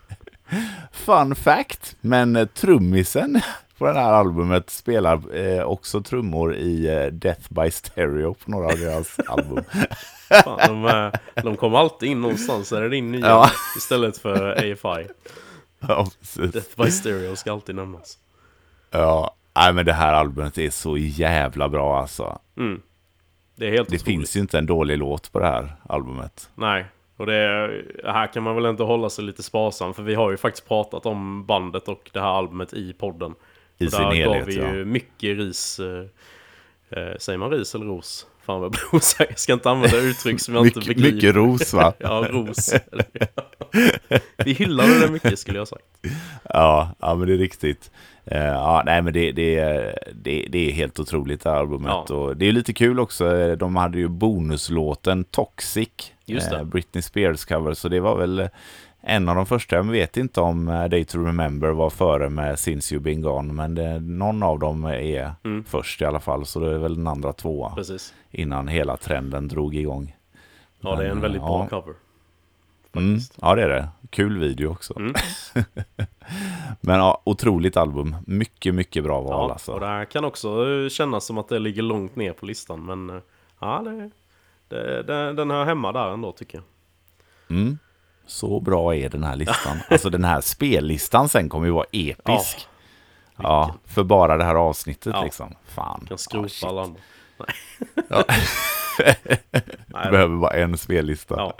Fun fact, men trummisen på det här albumet spelar också trummor i Death by Stereo på några av deras album. Fan, de kommer alltid in någonstans. Är det din nya istället för AFI? Ja, precis. Death by Stereo ska alltid nämnas. Ja, nej, men det här albumet är så jävla bra alltså. Mm. Det är helt otroligt. Finns ju inte en dålig låt på det här albumet. Nej, och här kan man väl inte hålla sig lite sparsam, för vi har ju faktiskt pratat om bandet och det här albumet i podden. I och sin där helhet, gav vi ju mycket ris. Säger man ris eller ros? Fan vad jag ska inte använda uttryck som jag inte begriper. Mycket ros, va? Ja, ros. Vi hyllade det mycket, skulle jag sagt. Ja, men det är riktigt. Nej, men det är helt otroligt det här albumet. Ja. Och det är lite kul också. De hade ju bonuslåten Toxic. Just det. Britney Spears cover. Så det var väl en av de första. Jag vet inte om Day to Remember var före med Since You've Been Gone. Men någon av dem är först i alla fall. Så det är väl den andra tvåa. Precis. Innan hela trenden drog igång. Ja, det är en väldigt bra cover. Ja, det är det. Kul video också. Men ja, otroligt album. Mycket, mycket bra val. Ja, alltså. Och det här kan också kännas som att det ligger långt ner på listan. Men ja, den hör hemma där ändå, tycker jag. Så bra är den här listan. Alltså den här spellistan sen kommer ju vara episk. Ja, för bara det här avsnittet liksom. Fan. Kan skrota alla andra. Nej. Ja. Du behöver bara en spellista. Ja.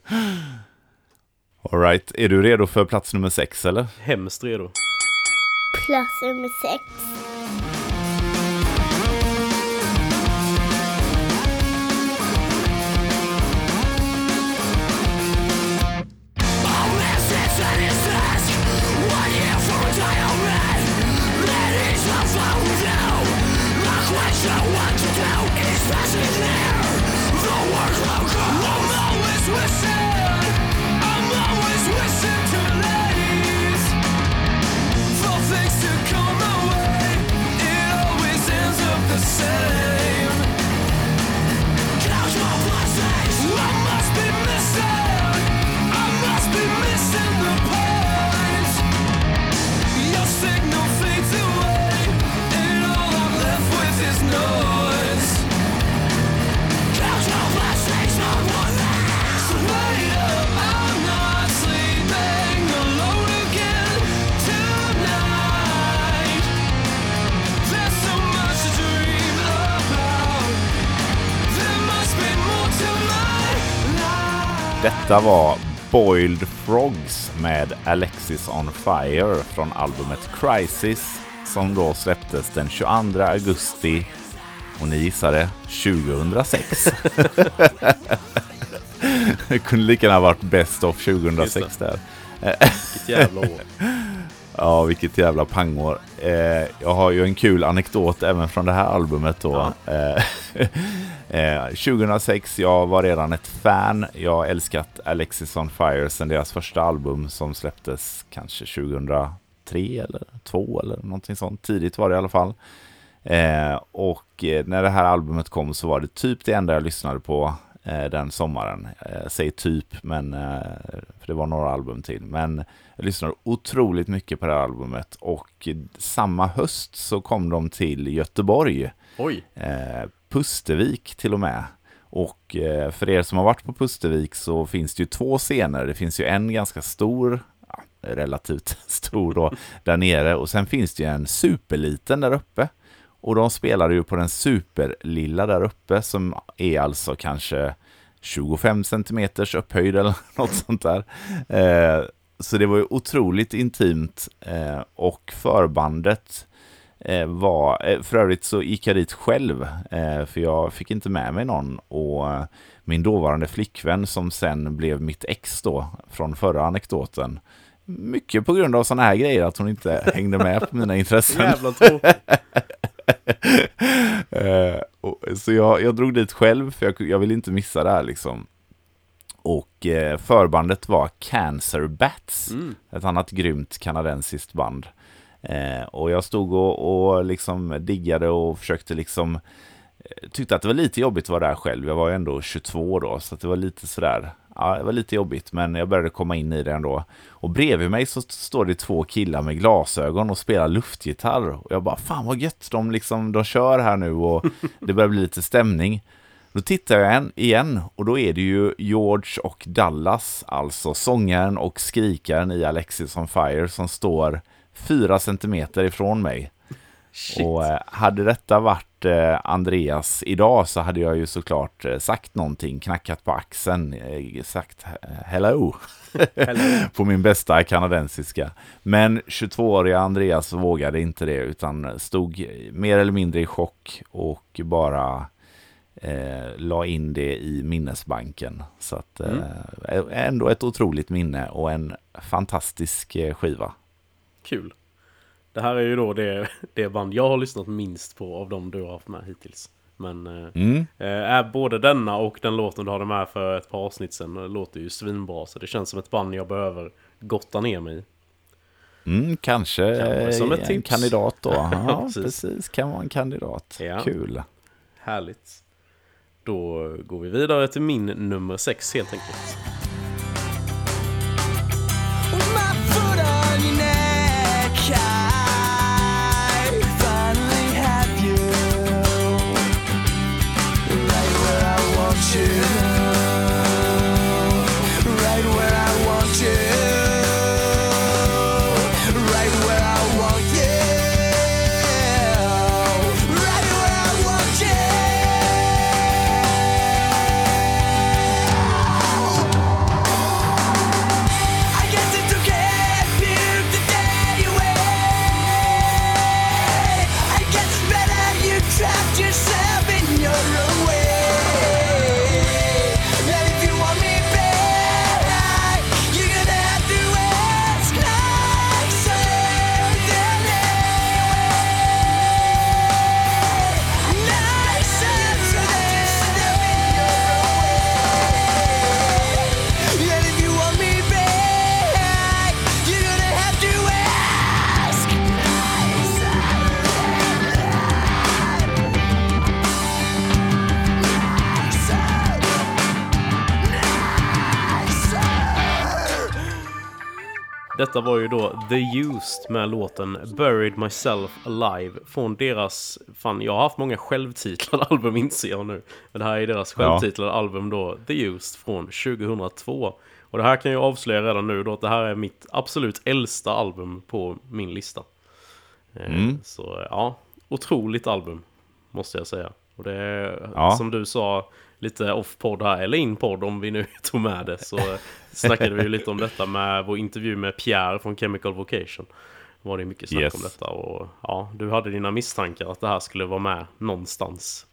All right. Är du redo för plats nummer 6 eller? Hemskt redo. Plats nummer 6. Detta var Boiled Frogs med Alexis on Fire från albumet Crisis som då släpptes den 22 augusti och ni gissade 2006. Det kunde lika gärna ha varit Best of 2006 där. Vilket jävla år. Ja, vilket jävla pangår. Jag har ju en kul anekdot även från det här albumet då. 2006, jag var redan ett fan. Jag har älskat Alexis on Fire sedan deras första album som släpptes kanske 2003 eller 2002 eller någonting sånt. Tidigt var det i alla fall. Och när det här albumet kom så var det typ det enda jag lyssnade på den sommaren. Säg typ, men för det var några album till. Men jag lyssnade otroligt mycket på det här albumet. Och samma höst så kom de till Göteborg. Oj. Pustervik till och med. Och för er som har varit på Pustervik så finns det ju 2 scener. Det finns ju en ganska stor, relativt stor då, där nere. Och sen finns det ju en superliten där uppe. Och de spelade ju på den superlilla där uppe som är alltså kanske 25 centimeters upphöjd eller något sånt där. Så det var ju otroligt intimt och förbandet var... För övrigt så gick jag dit själv för jag fick inte med mig någon och min dåvarande flickvän som sen blev mitt ex då från förra anekdoten. Mycket på grund av såna här grejer att hon inte hängde med på mina intressen. Jävla tråkigt. Så jag drog dit själv för jag ville inte missa det här liksom. Och förbandet var Cancer Bats, ett annat grymt kanadensiskt band. Och jag stod och liksom diggade och försökte liksom tyckte att det var lite jobbigt att vara där själv. Jag var ju ändå 22 då så att det var lite sådär. Ja, det var lite jobbigt men jag började komma in i det ändå. Och bredvid mig så står det 2 killar med glasögon och spelar luftgitarr. Och jag bara, fan vad gött, de kör här nu och det börjar bli lite stämning. Då tittar jag igen och då är det ju George och Dallas, alltså sångaren och skrikaren i Alexis on Fire som står 4 centimeter ifrån mig. Shit. Och hade detta varit Andreas idag så hade jag ju såklart sagt någonting, knackat på axeln, sagt hello. På min bästa kanadensiska. Men 22-åriga Andreas vågade inte det utan stod mer eller mindre i chock och bara la in det i minnesbanken. Så att ändå ett otroligt minne och en fantastisk skiva. Kul. Det här är ju då det band jag har lyssnat minst på av de du har haft med hittills. Men både denna och den låten du hade med för ett par avsnitt sedan låter ju svinbra. Så det känns som ett band jag behöver gotta ner mig i. Kanske som ett en tips. kandidat då. Ja, precis. Precis. Kan vara en kandidat. Ja. Kul. Härligt. Då går vi vidare till min nummer 6 helt enkelt. Detta var ju då The Used med låten Buried Myself Alive från deras, jag har haft många självtitlade album inser jag nu. Men det här är deras självtitlade album då, The Used från 2002. Och det här kan jag avslöja redan nu då att det här är mitt absolut äldsta album på min lista. Så ja, otroligt album måste jag säga. Och det är som du sa lite off-podd här, eller in-podd om vi nu tog med det, så snackade vi ju lite om detta med vår intervju med Pierre från Chemical Vocation. Var det mycket snack om detta och ja, du hade dina misstankar att det här skulle vara med någonstans.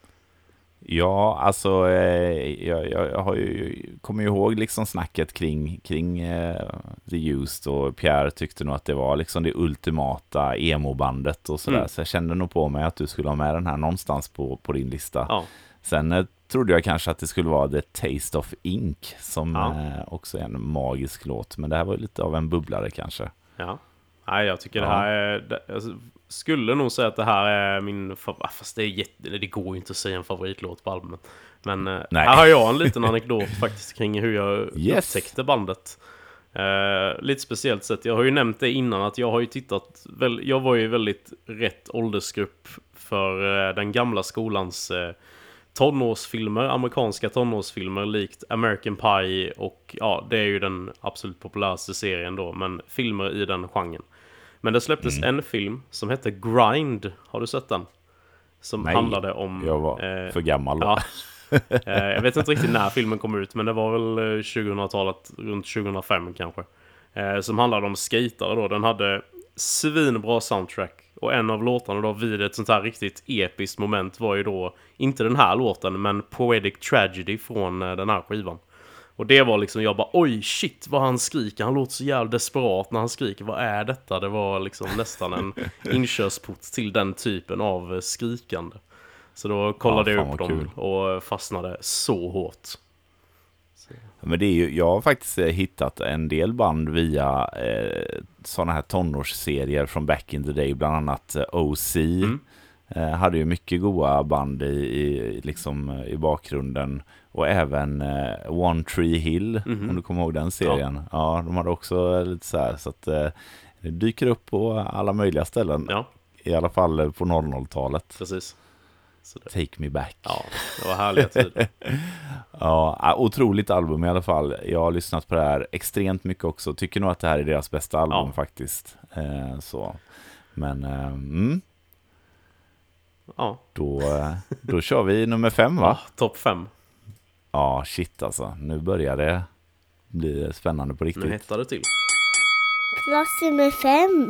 Ja, alltså jag har ju kommer ihåg liksom snacket kring The Used, och Pierre tyckte nog att det var liksom det ultimata emo-bandet och sådär. Så jag kände nog på mig att du skulle ha med den här någonstans på din lista. Ja. Sen trodde jag kanske att det skulle vara The Taste of Ink som också är en magisk låt, men det här var ju lite av en bubblare kanske. Ja. Nej, jag tycker det här är... Alltså, skulle nog säga att det här är min fast det går ju inte att säga en favoritlåt på albumet. Men här har jag en liten anekdot faktiskt kring hur jag upptäckte bandet. Lite speciellt sätt. Jag har ju nämnt det innan att jag har ju tittat... Jag var ju väldigt rätt åldersgrupp för den gamla skolans tonårsfilmer, amerikanska tonårsfilmer likt American Pie och det är ju den absolut populäraste serien då, men filmer i den genren. Men det släpptes en film som hette Grind. Har du sett den? Som handlade om... jag var för gammal då. Jag vet inte riktigt när filmen kom ut, men det var väl 2000-talet, runt 2005 kanske. Som handlade om skatare då. Den hade svinbra soundtrack. Och en av låtarna då vid ett sånt här riktigt episkt moment var ju då, inte den här låten, men Poetic Tragedy från den här skivan. Och det var liksom, jag bara, oj shit vad han skriker, han låter så jävla desperat när han skriker, vad är detta? Det var liksom nästan en inkörsport till den typen av skrikande. Så då kollade jag upp dem och fastnade så hårt. Men det är ju, jag har faktiskt hittat en del band via sådana här tonårsserier från back in the day, bland annat OC. Hade ju mycket goda band i bakgrunden, och även One Tree Hill, om du kommer ihåg den serien. Ja, de hade också lite så här, så att det dyker upp på alla möjliga ställen. Ja. I alla fall på 00-talet. Precis. Take me back. Ja, det var härliga tider. Ja, otroligt album i alla fall. Jag har lyssnat på det här extremt mycket också. Tycker nog att det här är deras bästa album faktiskt. Så. Men då kör vi nummer 5 va? Ja, topp 5. Ja, shit alltså. Nu börjar det bli spännande på riktigt. Nu hettar det till. Plats nummer 5.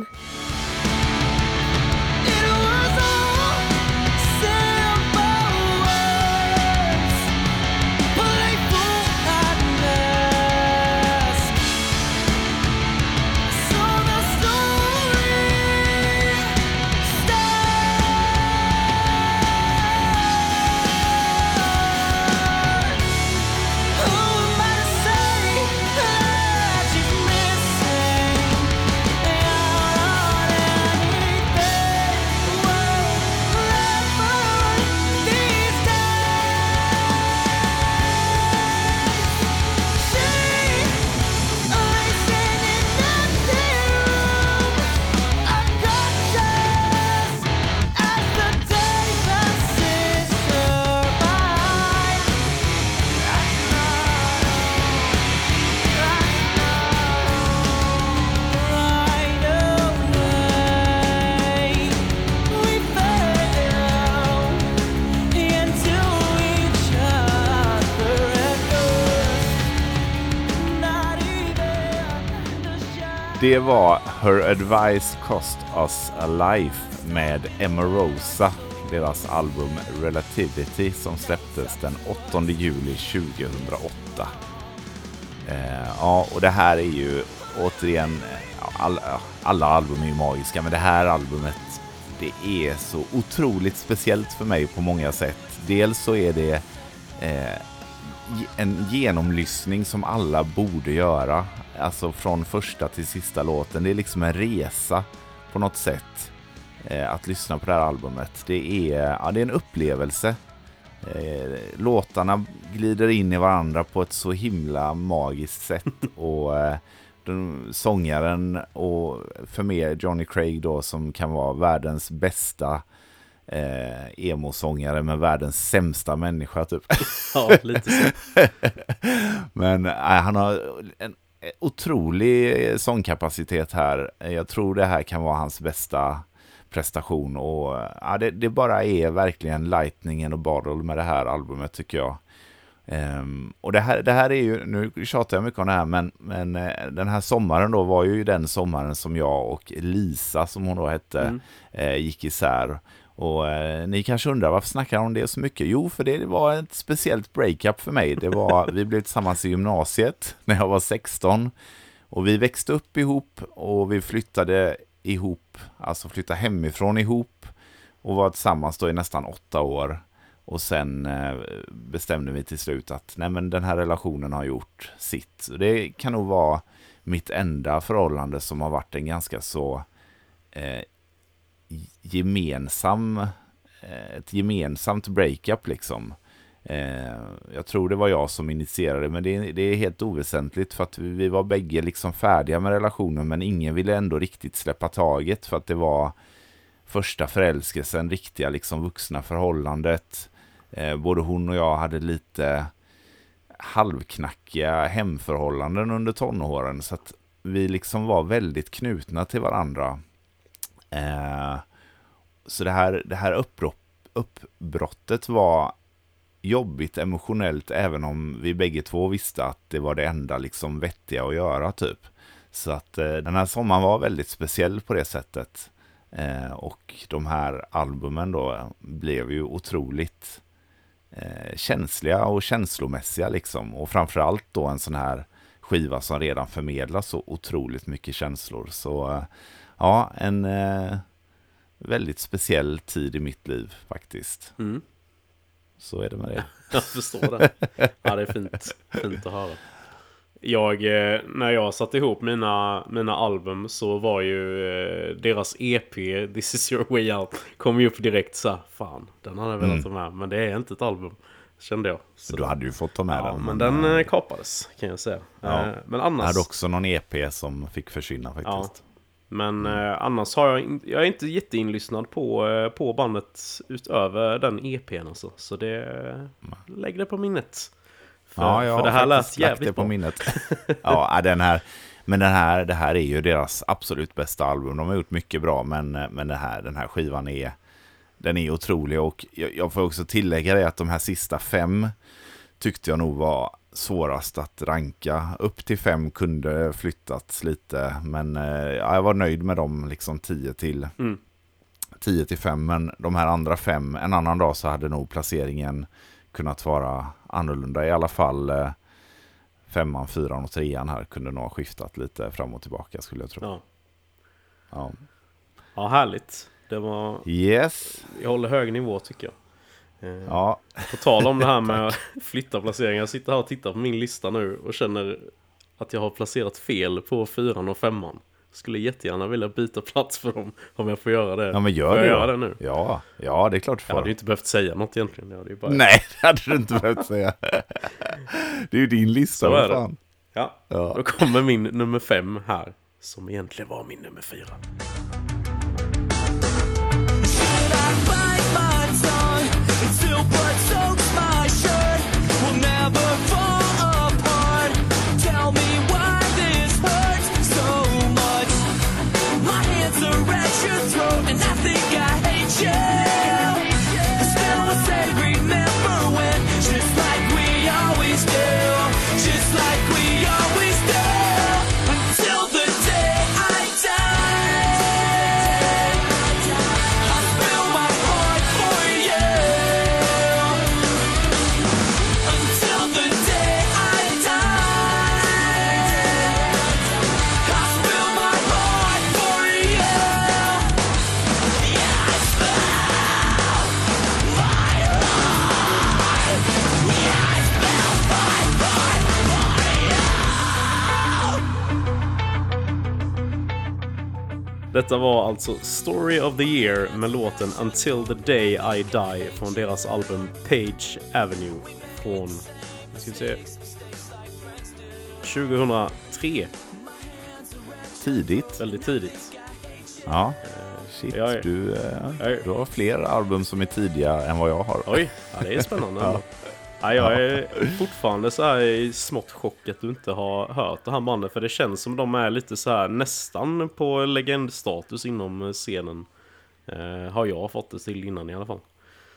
Det var Her Advice Cost Us A Life med Emarosa, deras album Relativity som släpptes den 8 juli 2008. Ja, och det här är ju återigen, alla album är ju magiska, men det här albumet, det är så otroligt speciellt för mig på många sätt. Dels så är det en genomlyssning som alla borde göra. Alltså från första till sista låten. Det är liksom en resa på något sätt att lyssna på det här albumet. Det är en upplevelse. Låtarna glider in i varandra på ett så himla magiskt sätt. Och sångaren och för mig Johnny Craig då, som kan vara världens bästa emo-sångare men världens sämsta människa typ. Ja, lite så. Men han har en otrolig sångkapacitet här. Jag tror det här kan vara hans bästa prestation, och det bara är verkligen lightningen och bottle med det här albumet tycker jag. Och det här är ju, nu tjatar jag mycket om det här, men den här sommaren då var ju den sommaren som jag och Lisa, som hon då hette, gick isär. Och ni kanske undrar varför snackar om det så mycket? Jo, för det var ett speciellt breakup för mig. Vi blev tillsammans i gymnasiet när jag var 16. Och vi växte upp ihop och vi flyttade ihop, alltså flyttade hemifrån ihop. Och var tillsammans då i nästan 8 år. Och sen bestämde vi till slut att nej, men den här relationen har gjort sitt. Det kan nog vara mitt enda förhållande som har varit en ganska så ett gemensamt breakup liksom. Jag tror det var jag som initierade, men det är helt oväsentligt, för att vi var bägge liksom färdiga med relationen, men ingen ville ändå riktigt släppa taget, för att det var första förälskelsen, riktiga liksom vuxna förhållandet. Både hon och jag hade lite halvknackiga hemförhållanden under tonåren, så att vi liksom var väldigt knutna till varandra. Så det här uppbrottet var jobbigt emotionellt, även om vi bägge två visste att det var det enda liksom vettiga att göra typ. Så att den här sommaren var väldigt speciell på det sättet. Och de här albumen då blev ju otroligt känsliga och känslomässiga liksom. Och framförallt då en sån här skiva som redan förmedlar så otroligt mycket känslor. Så ja, en väldigt speciell tid i mitt liv faktiskt. Så är det med det. Jag förstår det. Ja, det är fint att höra. När jag satte ihop mina album så var ju deras EP This Is Your Way Out kom ju upp direkt så här, fan, den hade jag velat ta med, men det är inte ett album, kände jag. Så du hade ju fått ta med den. Men den kapades, kan jag säga. Ja. Men annars... Jag hade också någon EP som fick försvinna faktiskt. Ja. Men annars har jag är inte jätteinlyssnad på bandet utöver den EPn alltså. Så lägg det på minnet. För det här lät jävligt på bra. Minnet. Ja, det här är ju deras absolut bästa album. De har gjort mycket bra, men den här skivan är otrolig. Och jag får också tillägga det att de här sista 5 tyckte jag nog var svårast att ranka. Upp till 5 kunde flyttats lite, men jag var nöjd med dem liksom 10 till 5, men de här andra 5, en annan dag så hade nog placeringen kunnat vara annorlunda. I alla fall 5:an, 4:an och 3:an här kunde nog ha skiftat lite fram och tillbaka, skulle jag tro. Ja, härligt. Det var... Yes. Jag håller hög nivå tycker jag. Ja. På tal om det här med att flytta placeringar. Jag sitter här och tittar på min lista nu och känner att jag har placerat fel på 4:an och 5:an. Skulle jättegärna vilja byta plats för dem om jag får göra det. Ja, men gör det nu. Ja, det är klart för. Jag hade ju inte behövt säga något egentligen. Det är bara... Nej, det hade du inte behövt säga. Det är ju din lista. Så är det. Ja, då kommer min nummer 5 här, som egentligen var min nummer 4. Just like we always do, until the day Detta var alltså Story of the Year med låten Until the Day I Die från deras album Page Avenue från, ska vi se, 2003. Tidigt. Väldigt tidigt. Ja. Shit, du har fler album som är tidiga än vad jag har. Oj, ja, det är spännande. Ja. Ja, jag är fortfarande så här i smått chock att du inte har hört det här bandet. För det känns som de är lite så här nästan på legendstatus inom scenen. Har jag fått det till innan i alla fall.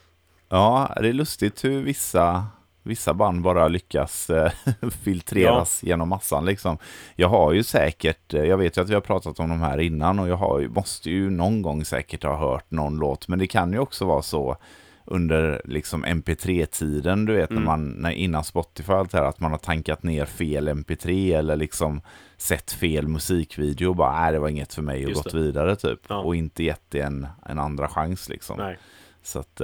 Ja, det är lustigt hur vissa band bara lyckas filtreras genom massan liksom. Jag har ju säkert, jag vet ju att vi har pratat om de här innan och måste ju någon gång säkert ha hört någon låt, men det kan ju också vara så under liksom MP3-tiden, du vet, när innan Spotify allt här, att man har tankat ner fel MP3 eller liksom sett fel musikvideo och bara, det var inget för mig och gått vidare typ. Ja. Och inte gett det en andra chans liksom. Nej. Så att,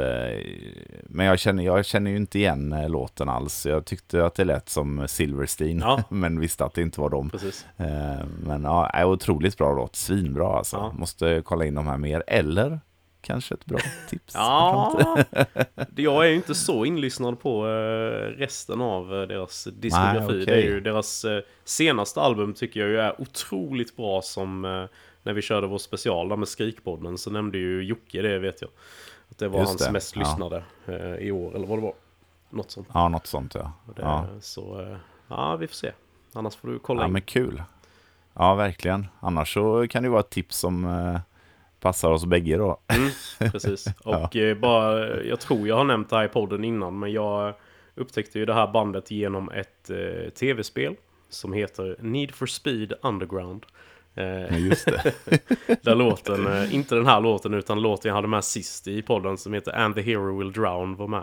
men jag känner ju inte igen låten alls. Jag tyckte att det lät som Silverstein, men visste att det inte var dem. Men ja, otroligt bra låt, svinbra alltså. Ja. Måste kolla in de här mer, eller kanske ett bra tips. Ja, jag är ju inte så inlyssnad på resten av deras diskografi. Nej, okay. Det är ju deras senaste album tycker jag ju är otroligt bra, som när vi körde vår special där med Skrikpodden så nämnde ju Jocke det, vet jag. Att det var hans mest lyssnade i år, eller vad det var. Något sånt. Ja, något sånt, ja. Så, vi får se. Annars får du kolla in. Ja, men kul. Ja, verkligen. Annars så kan det vara ett tips som passar oss bägge då. Precis. Och jag tror jag har nämnt det här i podden innan, men jag upptäckte ju det här bandet genom ett tv-spel som heter Need for Speed Underground. Just det. Där låten, inte den här låten utan låten jag hade med sist i podden som heter And the Hero Will Drown var med.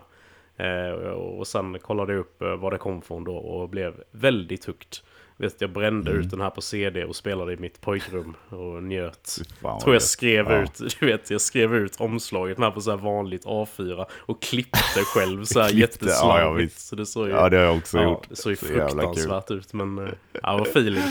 Och sen kollade jag upp var det kom från då och blev väldigt högt. Vet, jag brände ut den här på CD och spelade i mitt pojkrum och njöt. Tror jag skrev ut omslaget här på så här vanligt A4 och klippte själv så här jätteslarvigt. Så det såg ju, det har jag också gjort. Det såg ju fruktansvärt ut, men det var feeling.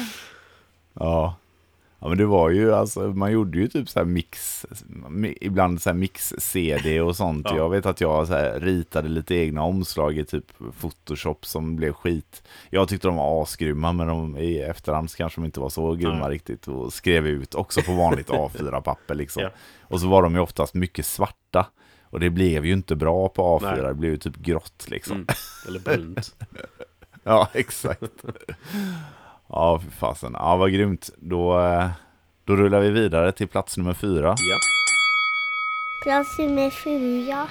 Ja, men det var ju, alltså, man gjorde ju typ så här ibland så här mix-CD och sånt. Ja. Jag vet att jag så här ritade lite egna omslag i typ Photoshop som blev skit. Jag tyckte de var asgrymma, men i efterhand kanske de inte var så grymma riktigt, och skrev ut också på vanligt A4-papper liksom. Ja. Och så var de ju oftast mycket svarta. Och det blev ju inte bra på A4, Nej. Det blev ju typ grått liksom. Eller brunt. Ja, exakt. Ja, för fasen. Ja, vad grymt. Då rullar vi vidare till plats nummer 4. Ja. Plats nummer 4.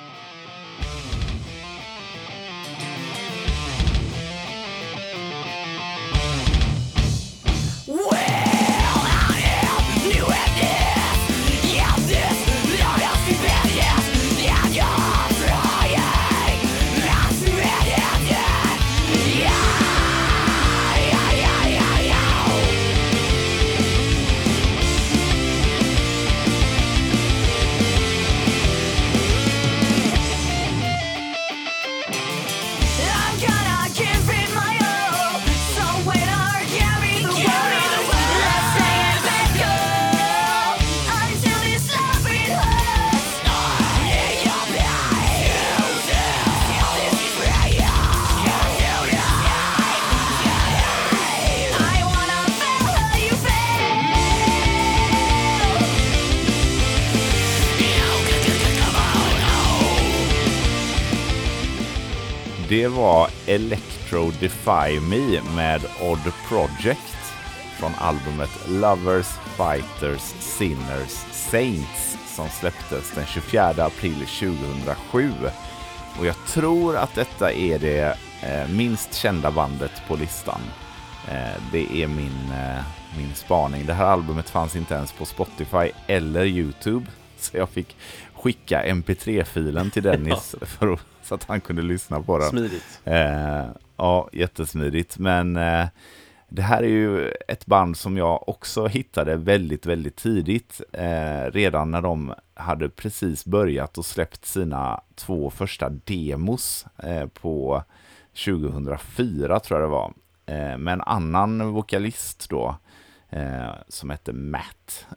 Det var Electro Defy Me med Odd Project från albumet Lovers, Fighters, Sinners, Saints som släpptes den 24 april 2007. Och jag tror att detta är det minst kända bandet på listan. Det är min spaning. Det här albumet fanns inte ens på Spotify eller YouTube, så jag fick skicka MP3-filen till Dennis så att han kunde lyssna på den. Smidigt. Ja, jättesmidigt. Men det här är ju ett band som jag också hittade väldigt, väldigt tidigt. Redan när de hade precis börjat och släppt sina 2 första demos på 2004 tror jag det var. Med en annan vokalist då. som hette Matt.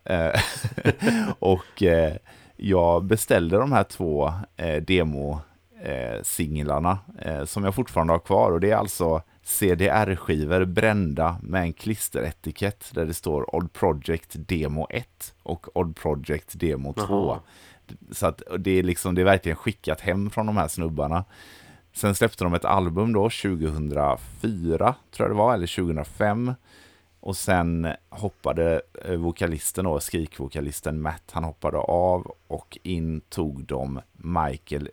Och jag beställde de här 2 demo-singlarna som jag fortfarande har kvar. Och det är alltså CDR-skivor brända med en klisteretikett där det står Odd Project Demo 1 och Odd Project Demo 2. Aha. Så att det är verkligen skickat hem från de här snubbarna. Sen släppte de ett album då 2004 tror jag det var, eller 2005. Och sen hoppade vokalisten då, skrikvokalisten Matt, han hoppade av och in tog de Michael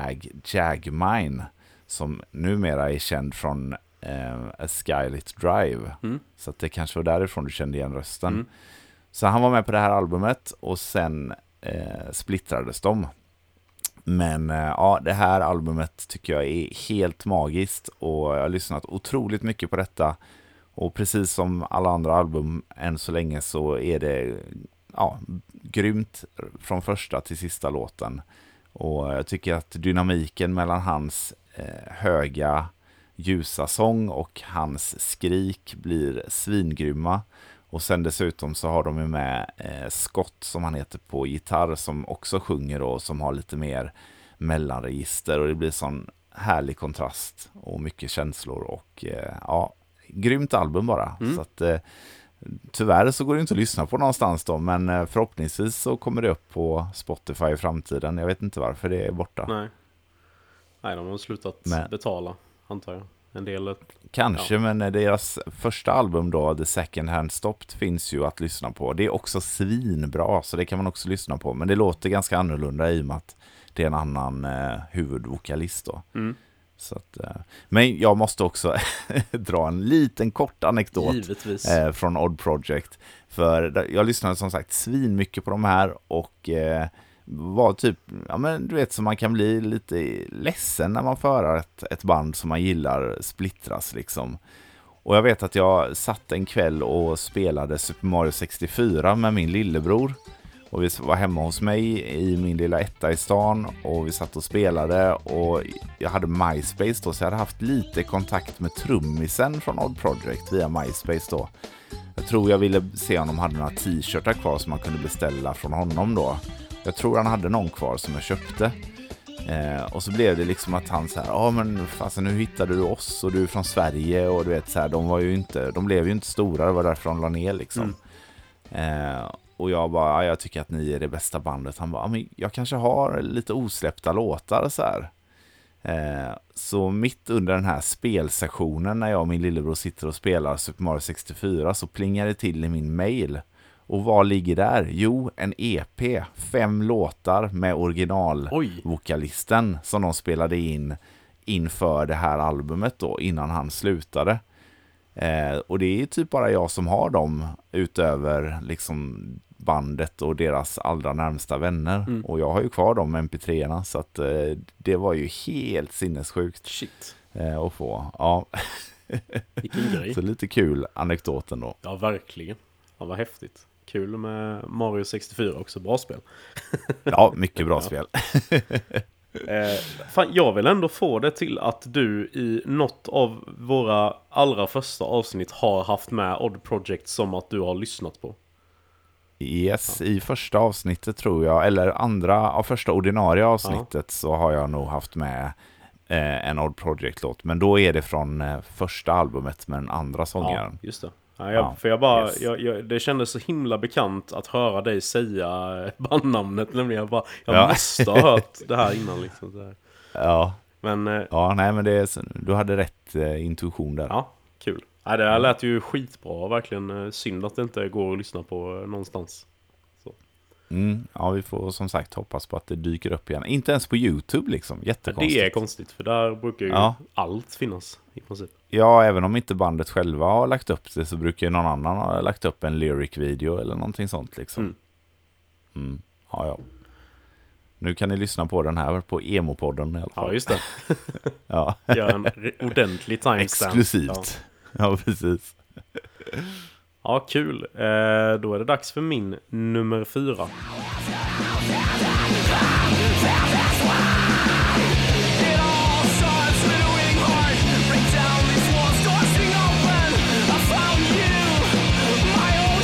Jagmine som numera är känd från A Skylit Drive. Så att det kanske var därifrån du kände igen rösten. Så han var med på det här albumet och sen splittrades de. Men ja, det här albumet tycker jag är helt magiskt och jag har lyssnat otroligt mycket på detta. Och precis som alla andra album än så länge så är det grymt från första till sista låten. Och jag tycker att dynamiken mellan hans höga ljusa sång och hans skrik blir svingrymma. Och sen dessutom så har de ju med Scott som han heter på gitarr som också sjunger och som har lite mer mellanregister. Och det blir sån härlig kontrast och mycket känslor och grymt album bara. Så att tyvärr så går det inte att lyssna på någonstans då, men förhoppningsvis så kommer det upp på Spotify i framtiden. Jag vet inte varför det är borta. Nej, de har slutat betala, antar jag. En del... Kanske, men deras första album då, The Second Hand Stopped, finns ju att lyssna på. Det är också svinbra, så det kan man också lyssna på. Men det låter ganska annorlunda i och med att det är en annan huvudvokalist då. Så att, men jag måste också dra en liten kort anekdot från Odd Project. För jag lyssnade som sagt svin mycket på de här och var typ, du vet, så man kan bli lite ledsen när man förar ett band som man gillar splittras liksom. Och jag vet att jag satt en kväll och spelade Super Mario 64 med min lillebror. Och vi var hemma hos mig i min lilla etta i stan och vi satt och spelade och jag hade MySpace då, så jag hade haft lite kontakt med trummisen från Odd Project via MySpace då. Jag tror jag ville se om de hade några t-shirtar kvar som man kunde beställa från honom då. Jag tror han hade någon kvar som jag köpte. Och så blev det liksom att han så här, men fasen, nu hittade du oss och du är från Sverige och du vet så här, de blev ju inte stora, det var därför de la ner liksom. Och jag bara, jag tycker att ni är det bästa bandet. Han bara, men jag kanske har lite osläppta låtar så här. Så mitt under den här spelsessionen när jag och min lillebror sitter och spelar Super Mario 64 så plingar det till i min mail. Och vad ligger där? Jo, en EP, 5 låtar med originalvokalisten som de spelade in inför det här albumet då, innan han slutade. Och det är typ bara jag som har dem utöver liksom bandet och deras allra närmsta vänner. Och jag har ju kvar de MP3-erna så att det var ju helt sinnessjukt. Shit. Att få. Ja. Vilken grej. Så lite kul anekdoten då. Ja, verkligen. Ja, vad häftigt. Kul med Mario 64 också, bra spel. Ja, mycket bra spel. Fan, jag vill ändå få det till att du i något av våra allra första avsnitt har haft med Odd Project som att du har lyssnat på. Yes, i första avsnittet tror jag, eller första ordinarie avsnittet så har jag nog haft med en Odd Project-låt. Men då är det från första albumet med den andra sångaren. Ja, just det. För det kändes så himla bekant att höra dig säga bandnamnet. Nämligen jag måste ha hört det här innan liksom. Så här. Ja. Men, men du hade rätt intuition där. Ja, kul. Nej, det här lät ju skitbra. Verkligen synd att det inte går att lyssna på någonstans. Så. Ja, vi får som sagt hoppas på att det dyker upp igen. Inte ens på YouTube liksom, jättekonstigt. Det är konstigt, för där brukar ju allt finnas i princip. Ja, även om inte bandet själva har lagt upp det så brukar ju någon annan ha lagt upp en lyric-video eller någonting sånt liksom. Ja. Nu kan ni lyssna på den här på Emo-podden i alla fall. Ja, just det. Ja. Gör en ordentlig timestamp. Exklusivt. Ja, precis. Ja, kul. Då är det dags för min nummer 4. Down these walls, tossing open. I found you, my own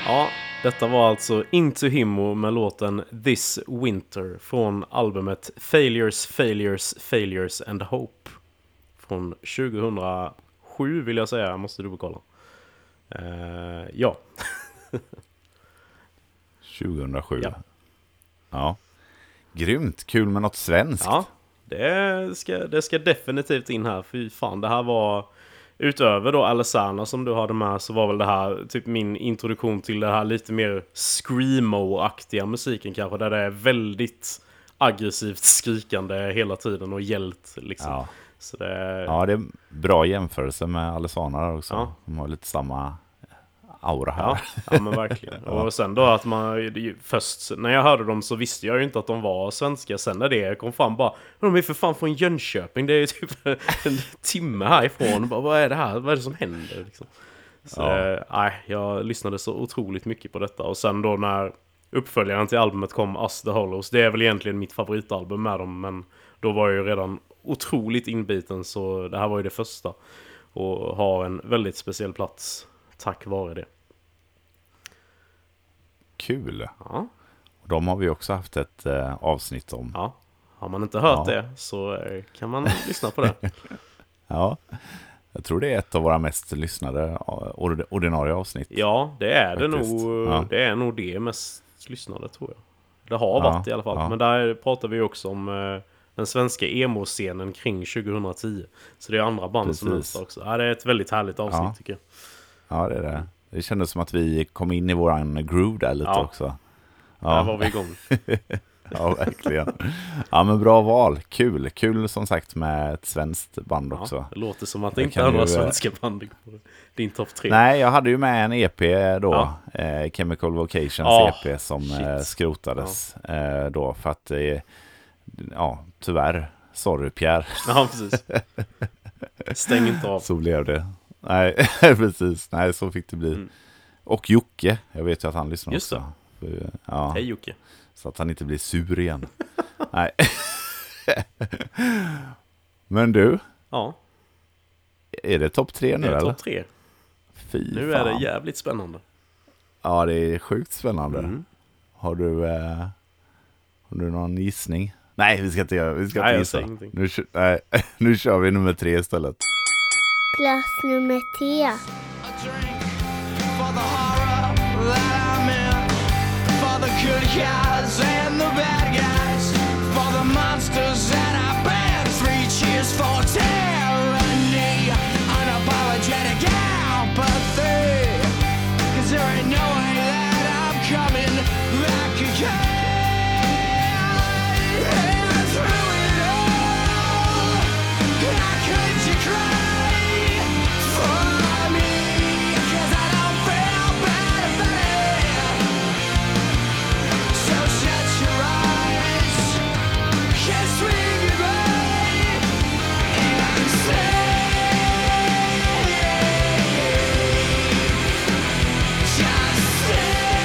Ja, detta var alltså Into Himo med låten This Winter från albumet Failures, Failures, Failures and Hope från 2007 vill jag säga, jag måste dubbelkolla. Ja. 2007. Ja. Ja. Grymt, kul med något svenskt. Ja, det ska definitivt in här. Fy fan, det här var... Utöver då Alessana som du hade med, så var väl det här typ min introduktion till det här lite mer screamo-aktiga musiken kanske, där det är väldigt aggressivt skrikande hela tiden och hjält liksom. Ja. Så det... Ja, det är bra jämförelse med Alessana också. Ja. De har lite samma aura här. Ja, men verkligen. Och sen då att man först när jag hörde dem så visste jag ju inte att de var svenska. Sen när det kom fram bara, de är för fan från Jönköping, det är ju typ en timme härifrån. Bara, vad är det här? Vad är det som händer liksom? Så jag lyssnade så otroligt mycket på detta. Och sen då när uppföljaren till albumet kom, Us the Hollows, det är väl egentligen mitt favoritalbum med dem, men då var jag ju redan otroligt inbiten, så det här var ju det första och har en väldigt speciell plats tack vare det. Kul. Ja. De har vi också haft ett avsnitt om. Ja. Har man inte hört det så kan man lyssna på det. Ja. Jag tror det är ett av våra mest lyssnade ordinarie avsnitt. Ja, det är det faktiskt. nog. Ja. Det är nog det mest lyssnade, tror jag. Det har varit i alla fall. Ja. Men där pratar vi också om den svenska emo-scenen kring 2010. Så det är andra band som nämns också. Ja, det är ett väldigt härligt avsnitt tycker jag. Ja, det är det. Det kändes som att vi kom in i våran groove där lite också. Ja. Där var vi igång. Ja, verkligen. Ja, men bra val. Kul som sagt med ett svenskt band också. Det låter som att det inte är några svenska band på din topp 3. Nej, jag hade ju med en EP då. Chemical Vocations EP som skrotades då för att tyvärr. Sorry Pierre. Ja, precis. Stäng inte av. Så blev det. Nej, precis. Nej, så fick det bli. Mm. Och Jocke, jag vet ju att han lyssnar just också. Det. Ja. Hej Jocke. Så att han inte blir sur igen. Nej. Men du. Ja. Är det topp 3 nu Det är eller? topp 3. Fy Nu fan. är det jävligt spännande. Ja, det är sjukt spännande. Mm. Har du någon gissning? Nej, vi ska inte gissa. Nu kör vi nummer 3 istället. Plats nummer 3. A drink for the horror that I'm in, for the good guys and the bad guys, for the monsters that I've been. 3 cheers for tyranny, unapologetic apathy, 'cause there ain't no way that I'm coming back again. And through it all, how could you cry for me? 'Cause I don't feel bad about it. So shut your eyes, kiss me goodbye, and say, just say,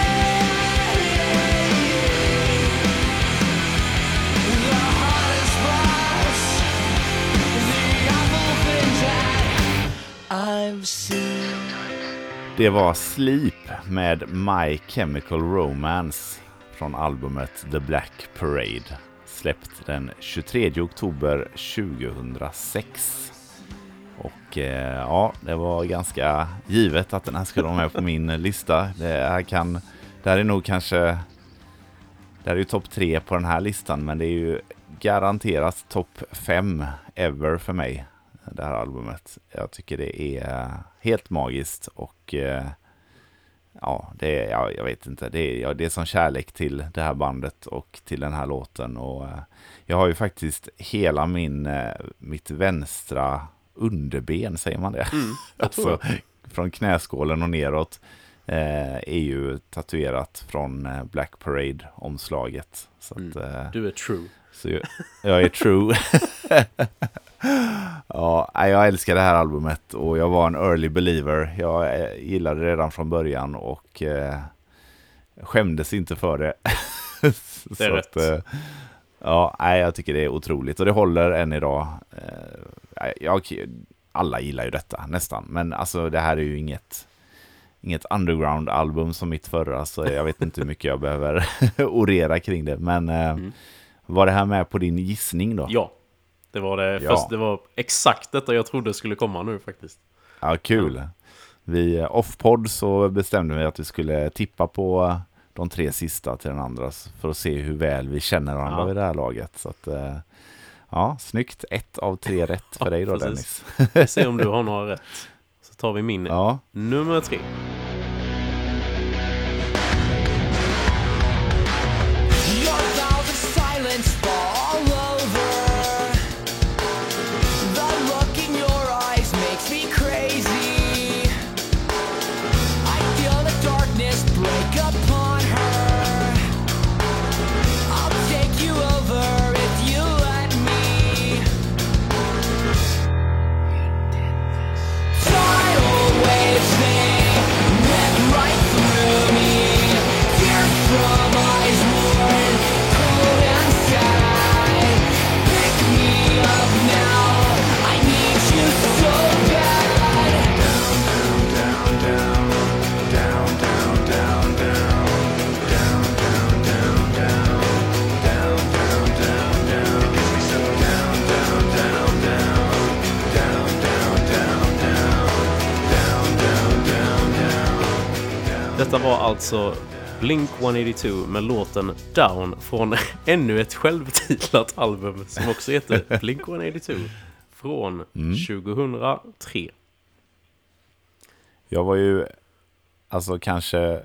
the hardest parts, the awful things that I've seen. Det var Sleep med My Chemical Romance från albumet The Black Parade, släppt den 23 oktober 2006. Och det var ganska givet att den här skulle vara med på min lista. Det här är nog kanske, det här är ju topp 3 på den här listan, men det är ju garanterat topp 5 ever för mig, det här albumet. Jag tycker det är helt magiskt och jag vet inte, det är som kärlek till det här bandet och till den här låten. Och jag har ju faktiskt hela mitt vänstra underben, säger man det? Alltså från knäskålen och neråt är ju tatuerat från Black Parade-omslaget. Så att, Du är true. så jag är true. Ja, jag älskar det här albumet och jag var en early believer. Jag gillade det redan från början och skämdes inte för det. Det är rätt. Jag tycker det är otroligt och det håller än idag. Alla gillar ju detta nästan, men alltså det här är ju inget inget underground-album som mitt förra, så jag vet inte hur mycket jag behöver orera kring det. Men var det här med på din gissning då? Ja, det var det. Ja. Fast det var exakt detta jag trodde skulle komma nu faktiskt. Ja, kul. Vi off-podd så bestämde vi att vi skulle tippa på de 3 sista till den andra för att se hur väl vi känner varandra vid det här laget. Så att, ja, snyggt. 1 av 3 rätt för dig då, Dennis. Vi ser om du har några rätt. Så tar vi min nummer 3. Detta var alltså Blink-182 med låten Down från ännu ett självtitlat album som också heter Blink-182 från 2003. Jag var ju alltså kanske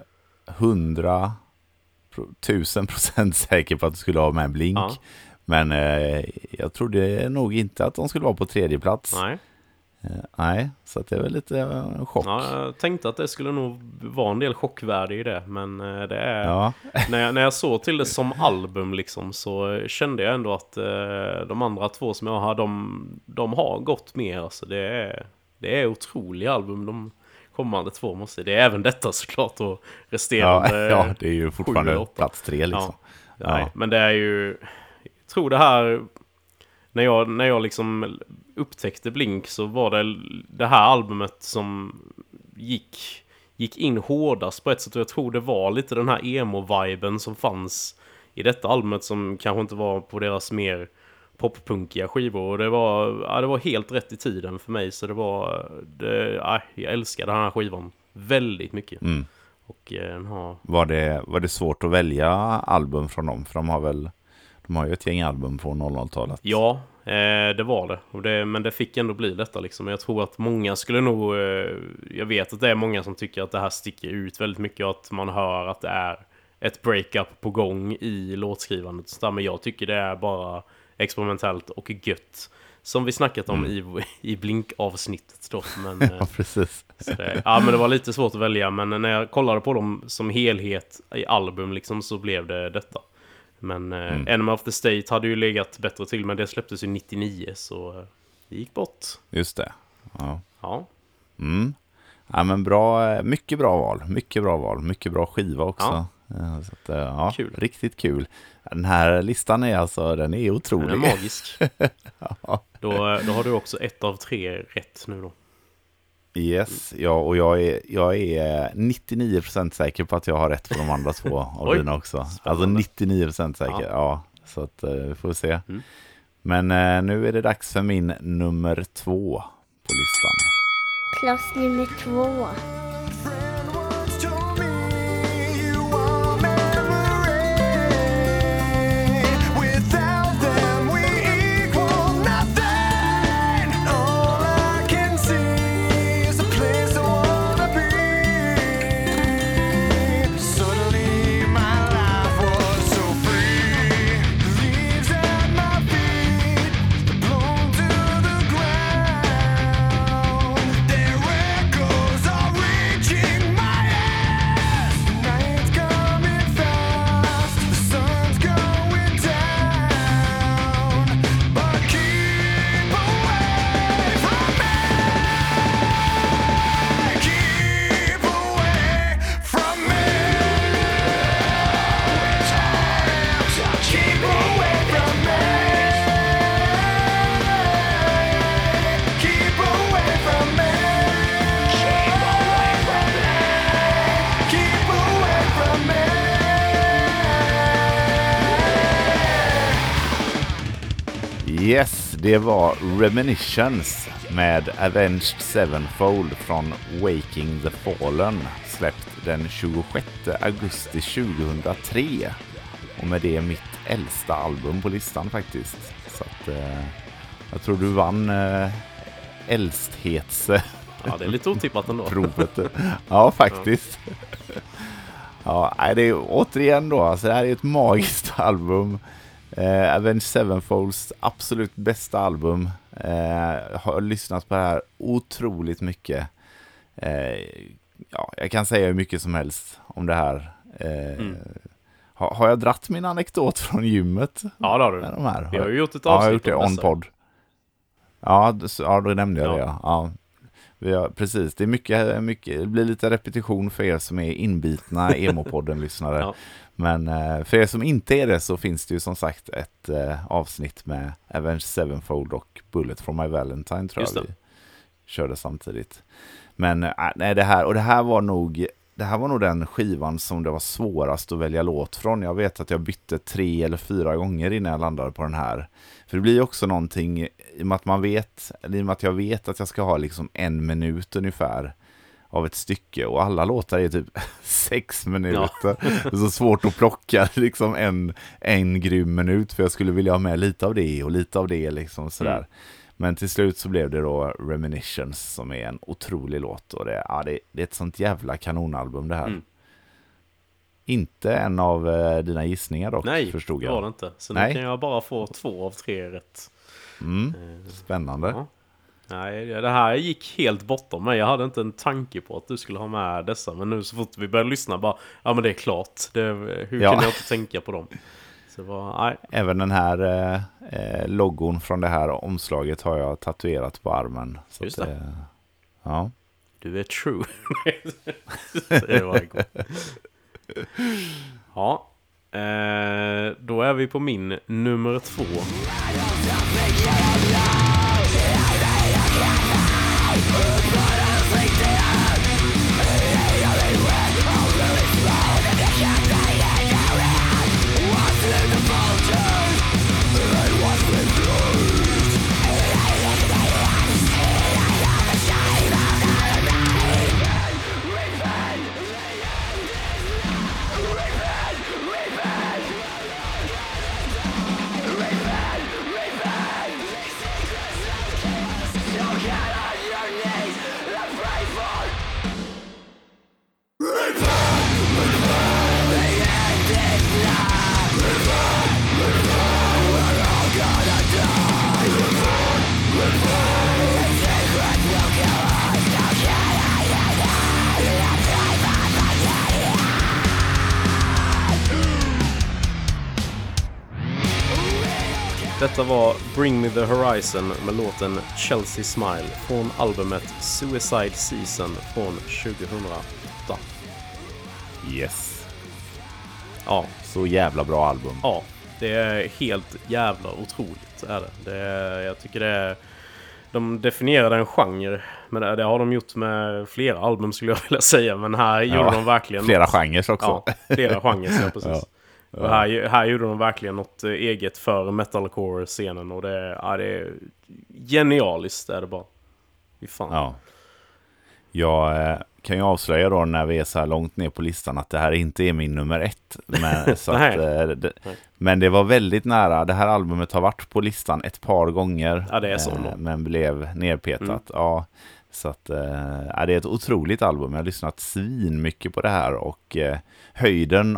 100,000% säker på att du skulle ha med Blink. Ja. Men jag trodde nog inte att de skulle vara på 3:e plats. Nej, så att det är väl lite chock. Ja, jag tänkte att det skulle nog vara en del chockvärde i det, men det är när jag såg till det som album liksom, så kände jag ändå att de andra 2 som jag har, de har gått mer. Alltså det är otroliga album de kommande 2 måste. Det är även detta såklart och resterande. Ja, det är ju fortfarande plats 3 liksom. Nej, men det är ju, jag tror det här när jag liksom upptäckte Blink, så var det här albumet som gick in hårdast på ett sätt, och jag tror det var lite den här emo-viben som fanns i detta albumet som kanske inte var på deras mer poppunkiga skivor, och det var helt rätt i tiden för mig, så jag älskade den här skivan väldigt mycket. Och var det svårt att välja album från dem, för de har ju ett gäng album på 00-talet. Ja, det var det. Men det fick ändå bli detta liksom. Jag tror att många skulle nog... jag vet att det är många som tycker att det här sticker ut väldigt mycket, och att man hör att det är ett breakup på gång i låtskrivandet. Men jag tycker det är bara experimentellt och gött. Som vi snackat om i Blink-avsnittet då. Men, ja, precis. Men det var lite svårt att välja. Men när jag kollade på dem som helhet i album liksom, så blev det detta. Men Enemy of the State hade ju legat bättre till, men det släpptes ju 99, så det gick bort. Just det. Ja. Ja, men bra, mycket bra val. Mycket bra skiva också. Så att, kul. Riktigt kul. Den här listan den är otrolig. Den är magisk. Då har du också 1 av 3 rätt nu då. Yes, och jag är 99% säker på att jag har rätt på de andra 2 av dina också. Spännande. Alltså 99% säker, så att vi får se. Men nu är det dags för min nummer 2 på listan. Plats nummer 2. Their echoes are real. Yes, det var Reminiscence med Avenged Sevenfold från Waking the Fallen, släppt den 26 augusti 2003. Och med det mitt äldsta album på listan faktiskt. Så att jag tror du vann äldsthets... Ja, det är lite otippat ändå. Provet. Ja, faktiskt. Ja, det är återigen då, alltså det här är ett magiskt album. Avenged Sevenfolds absolut bästa album. Har lyssnat på det här otroligt mycket. Ja, jag kan säga hur mycket som helst om det här. Har jag dratt min anekdot från gymmet? Ja, det har du. De här? Vi har ju gjort ett avsnitt. Ja, jag har gjort det on-podd. Ja, då nämnde jag det. Ja. Precis, det är mycket, det blir lite repetition för er som är inbitna emo-podden-lyssnare. Ja. Men för er som inte är det så finns det ju som sagt ett avsnitt med Avenged Sevenfold och Bullet for My Valentine, tror jag vi körde samtidigt. Men nej, det här var nog den skivan som det var svårast att välja låt från. Jag vet att jag bytte 3 eller 4 gånger innan jag landade på den här. För det blir också någonting i och med att jag vet att jag ska ha liksom 1 minut ungefär av ett stycke, och alla låtar är typ 6 minuter. Ja. Det är så svårt att plocka liksom en grym minut, för jag skulle vilja ha med lite av det och lite av det liksom sådär. Men till slut så blev det då Reminiscence, som är en otrolig låt, och det är ett sånt jävla kanonalbum det här. Inte en av dina gissningar dock, förstod jag. Nej, det var det inte. Så nu kan jag bara få 2 av 3 rätt. Spännande. Ja. Nej, det här gick helt bortom mig. Jag hade inte en tanke på att du skulle ha med dessa. Men nu så fort vi började lyssna bara, ja men det är klart. Hur kan jag inte tänka på dem? Så nej. Även den här logon från det här omslaget har jag tatuerat på armen. Så just det. Ja. Du är true. Det var gott. Ja. Då är vi på min nummer 2. Detta var Bring Me The Horizon med låten Chelsea Smile från albumet Suicide Season från 2008. Yes. Ja. Så jävla bra album. Ja, det är helt jävla otroligt. Jag tycker det är... De definierade en genre, men det har de gjort med flera album skulle jag vilja säga. Men här gjorde de verkligen... Flera genrer också. Ja, flera genrer, precis. Ja. Och här gjorde de verkligen något eget för metalcore-scenen, och det är genialiskt, är det bara. Fan. Ja. Jag kan ju avslöja då när vi är så här långt ner på listan att det här inte är min nummer 1. Men, men det var väldigt nära. Det här albumet har varit på listan ett par gånger. Ja, det är så. Men blev nerpetat. Ja. Så att det är ett otroligt album. Jag har lyssnat svin mycket på det här, och höjden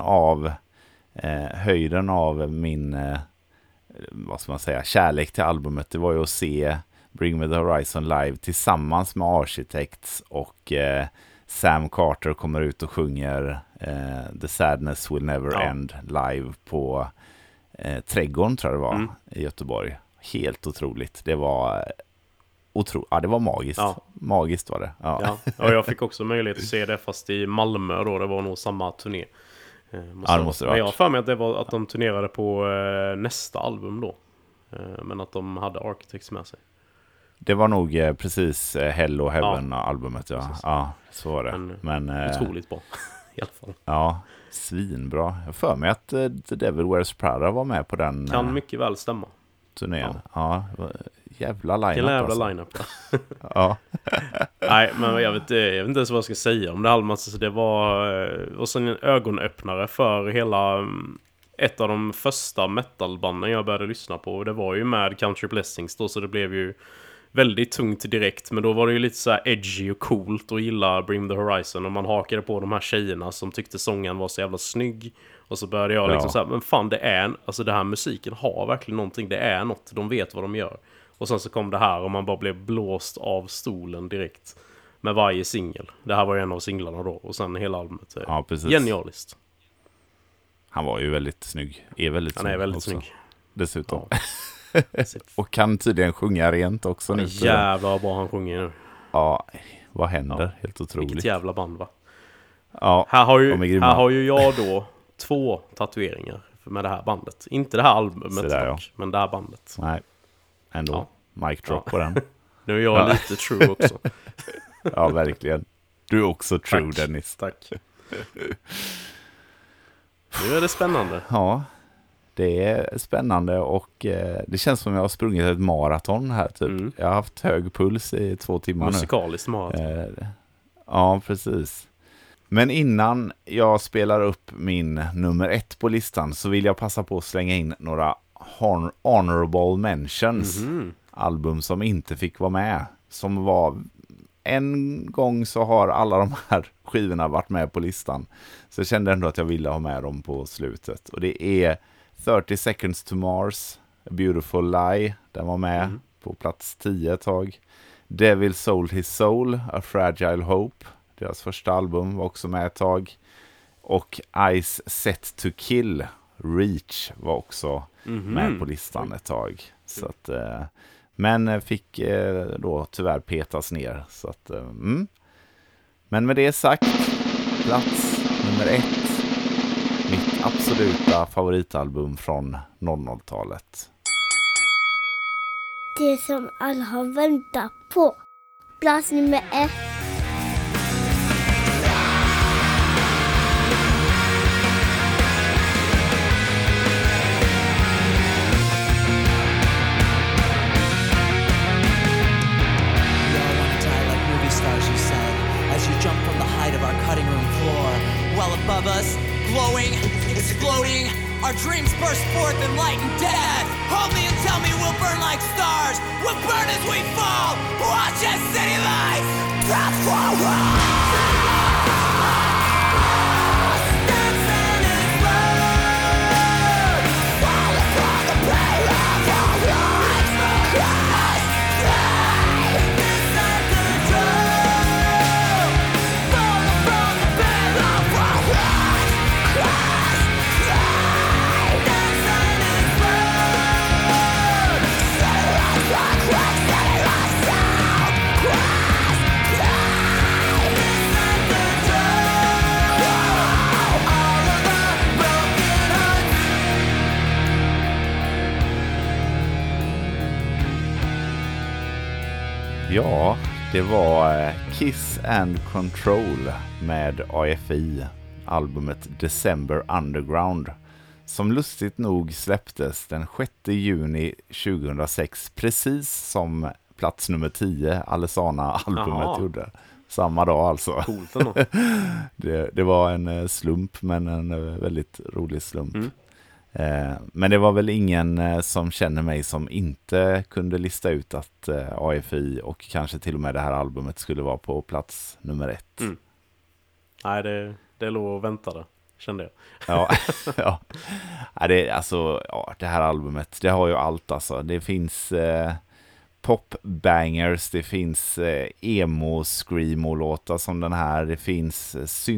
av min vad ska man säga, kärlek till albumet, det var ju att se Bring Me The Horizon live tillsammans med Architects, och Sam Carter kommer ut och sjunger The Sadness Will Never End live på Trädgården, tror jag det var, i Göteborg. Helt otroligt. Det var det var magiskt. Ja. Magiskt var det. Ja. Och jag fick också möjlighet att se det fast i Malmö då. Det var nog samma turné. Men jag har för mig att det var att de turnerade på nästa album då. Men att de hade Architects med sig. Det var nog precis Hell och Heaven-albumet. Ja, så var det. Men otroligt bra i alla fall. Ja, svinbra. Jag för mig att The Devil Wears Prada var med på den. Kan mycket väl stämma. turnén. Ja, jävla line-up. Vilken jävla alltså. line-up. Ja. Nej, men jag vet inte ens vad jag ska säga om det albumet. Så det var och sen en ögonöppnare för hela ett av de första metalbanden jag började lyssna på. Och det var ju med Country Blessings då, så det blev ju väldigt tungt direkt. Men då var det ju lite så här edgy och coolt att gilla Bring the Horizon. Och man hakade på de här tjejerna som tyckte sången var så jävla snygg. Och så började jag liksom så här, men fan, alltså det här musiken har verkligen någonting. Det är något, de vet vad de gör. Och sen så kom det här och man bara blev blåst av stolen direkt. Med varje singel. Det här var ju en av singlarna då. Och sen hela albumet. Ja, precis. Genialiskt. Han var ju väldigt snygg. Han är väldigt snygg. Dessutom. Ja. Och kan tydligen sjunga rent också nu. Jävlar vad bra han sjunger nu. Ja, vad händer? Helt otroligt. Vilket jävla band, va? Ja, här har ju jag då 2 tatueringar med det här bandet. Inte det här albumet dock, men det här bandet. Nej, ändå. Ja. Mic drop på den. Nu är jag lite true också. Ja, verkligen. Du är också true, tack, Dennis. Tack. Nu är det spännande. Ja, det är spännande och det känns som jag har sprungit ett maraton här typ. Jag har haft hög puls i 2 timmar Musikaliskt maraton. Ja, precis. Men innan jag spelar upp min nummer 1 på listan så vill jag passa på att slänga in några honorable mentions. Album som inte fick vara med. Som var... En gång så har alla de här skivorna varit med på listan. Så jag kände ändå att jag ville ha med dem på slutet. Och det är 30 Seconds to Mars, A Beautiful Lie. Den var med på plats 10 ett tag. Devil Sold His Soul, A Fragile Hope. Deras första album var också med ett tag. Och Ice Set to Kill, Reach, var också med på listan ett tag. Så att, men fick då tyvärr petas ner. Så att, Men med det sagt, plats nummer 1. Mitt absoluta favoritalbum från 00-talet. Det som alla har väntat på. Plats nummer 1. Above us, glowing, exploding, our dreams burst forth in light and death. Hold me and tell me we'll burn like stars. We'll burn as we fall. Watch as city lights transform. Ja, det var Kiss and Control med AFI, albumet December Underground, som lustigt nog släpptes den 6 juni 2006, precis som plats nummer 10, Alesana-albumet gjorde. Samma dag alltså. Coolt ändå. Det var en slump, men en väldigt rolig slump. Men det var väl ingen som känner mig som inte kunde lista ut att AFI och kanske till och med det här albumet skulle vara på plats nummer 1. Nej, det låg och väntade, kände jag. Ja. Det här albumet, det har ju allt alltså. Det finns pop-bangers, det finns emo-screamo-låtar som den här, det finns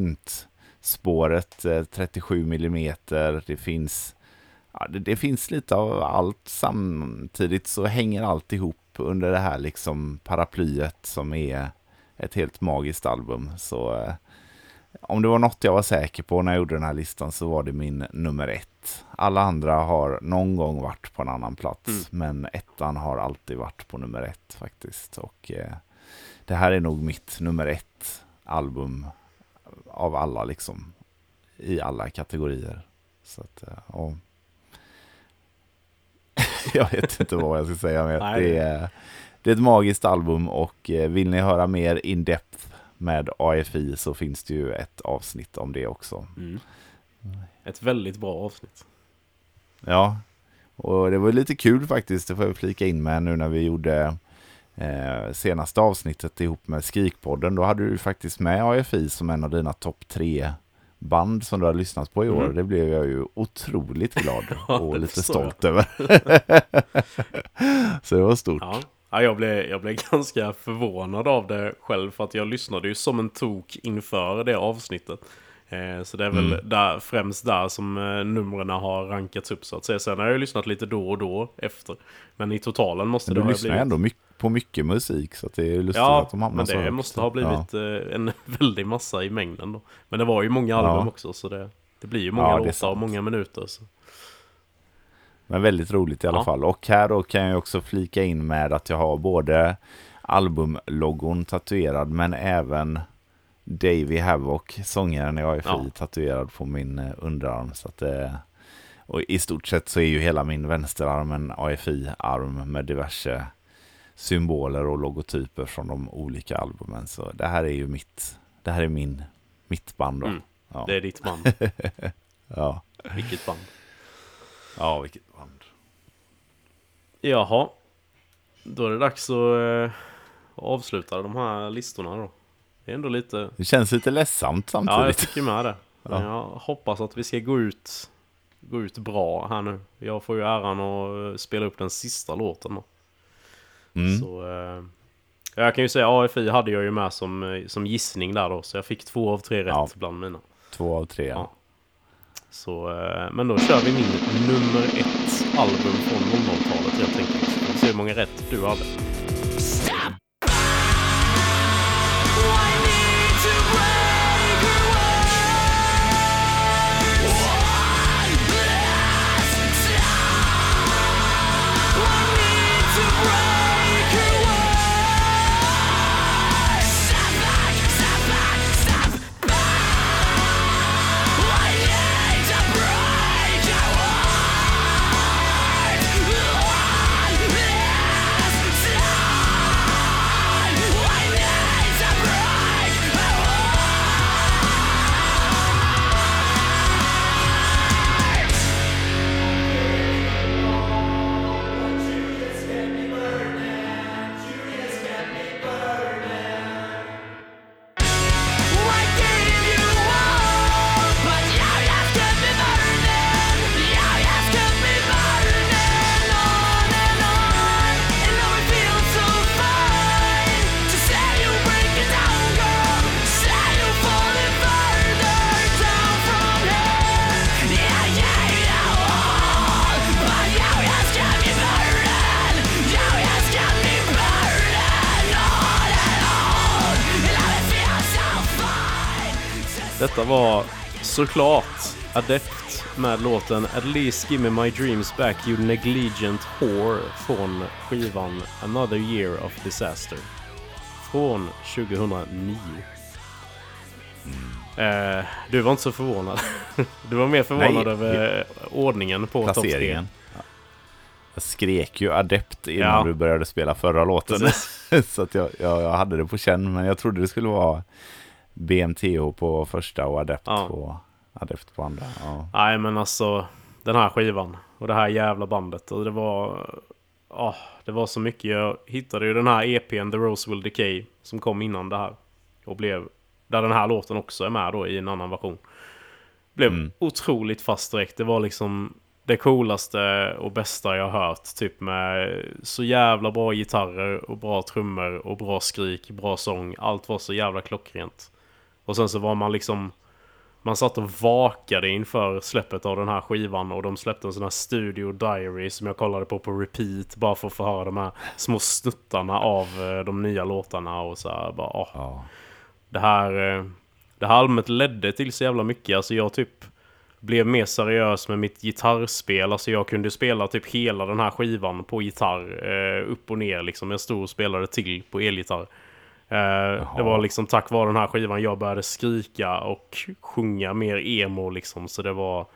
synt-spåret 37 mm, det finns... Ja, det finns lite av allt, samtidigt så hänger allt ihop under det här liksom paraplyet som är ett helt magiskt album. Så om det var något jag var säker på när jag gjorde den här listan så var det min nummer 1. Alla andra har någon gång varit på en annan plats, men ettan har alltid varit på nummer 1 faktiskt. Och det här är nog mitt nummer 1 album av alla liksom, i alla kategorier. Så att, Jag vet inte vad jag ska säga med det är ett magiskt album, och vill ni höra mer in-depth med AFI så finns det ju ett avsnitt om det också. Ett väldigt bra avsnitt. Ja, och det var lite kul faktiskt, det får jag flika in med nu när vi gjorde senaste avsnittet ihop med Skrikpodden. Då hade du faktiskt med AFI som en av dina topp 3 band som du har lyssnat på i år. Det blev jag ju otroligt glad och lite stolt över. Så det var stort. Ja, jag blev ganska förvånad av det själv, för att jag lyssnade ju som en tok inför det avsnittet. Så det är väl främst där som numren har rankats upp, så att säga. Sen har jag ju lyssnat lite då och då efter. Men i totalen måste det ha blivit... Du lyssnar ändå på mycket musik, så att det är lustigt att de hamnar så högt. Men det måste ha blivit en väldig massa i mängden då. Men det var ju många album också, så det blir ju många låtar och många minuter. Så. Men väldigt roligt i alla fall. Och här då kan jag också flika in med att jag har både albumlogon tatuerad, men även Davey Havok, sångaren i AFI, tatuerad på min underarm. Så att, och i stort sett så är ju hela min vänsterarm en AFI-arm med diverse symboler och logotyper från de olika albumen. Så det här är ju mitt band då. Ja. Det är ditt band. Ja. Vilket band? Ja, vilket band. Jaha. Då är det dags att avsluta de här listorna då. Det är ändå lite... Det känns lite ledsamt samtidigt. Ja, jag tycker med det. Men jag hoppas att vi ska gå ut bra här nu. Jag får ju äran att spela upp den sista låten då. Så jag kan ju säga AFI hade jag ju med som gissning där då. Så jag fick 2 av 3 rätt bland mina. 2 av 3, ja. Så, men då kör vi min nummer 1 album från 00-talet helt enkelt. Vi får se hur många rätt du hade. Detta var såklart Adept med låten At least give me my dreams back you negligent whore från skivan Another Year of Disaster från 2009. Du var inte så förvånad. Du var mer förvånad över ordningen på placeringen. Jag skrek ju Adept innan du började spela förra låten. Så att jag hade det på känn, men jag trodde det skulle vara BMTH på första och Adept på andra. Ja. Nej, men alltså den här skivan och det här jävla bandet, och det var så mycket. Jag hittade ju den här EP:n The Rose Will Decay som kom innan det här och blev, där den här låten också är med då i en annan version. Blev otroligt fast direkt. Det var liksom det coolaste och bästa jag har hört, typ med så jävla bra gitarrer och bra trummor och bra skrik, bra sång. Allt var så jävla klockrent. Och sen så var man liksom, man satt och vakade inför släppet av den här skivan, och de släppte en sån här Studio Diary som jag kollade på repeat bara för att få höra de här små snuttarna av de nya låtarna och så här, bara, det här albumet ledde till så jävla mycket. Alltså jag typ blev mer seriös med mitt gitarrspel. Alltså jag kunde spela typ hela den här skivan på gitarr, upp och ner liksom. Jag stod och spelade till på elgitarr. Det var liksom tack vare den här skivan jag började skrika och sjunga mer emo liksom. Så det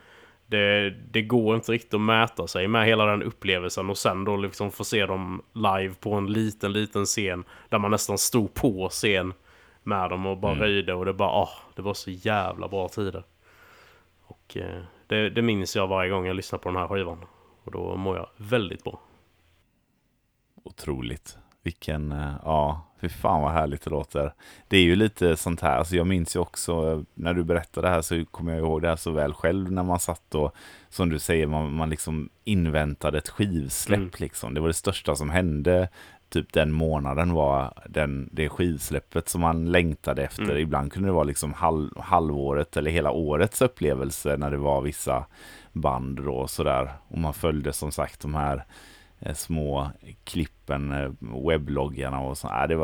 det går inte riktigt att mäta sig med hela den upplevelsen och sen då liksom få se dem live på en liten scen där man nästan stod på scen med dem och bara röjde och det var så jävla bra tider. Och det minns jag varje gång jag lyssnar på den här skivan och då mår jag väldigt bra. Otroligt. Vilken, fy fan vad härligt det låter. Det är ju lite sånt här, alltså jag minns ju också när du berättade det här så kommer jag ihåg det här så väl själv när man satt och, som du säger, man liksom inväntade ett skivsläpp liksom. Det var det största som hände typ den månaden var det skivsläppet som man längtade efter. Ibland kunde det vara liksom halvåret eller hela årets upplevelse när det var vissa band då och sådär. Och man följde som sagt de här små klippen, webbloggarna och så.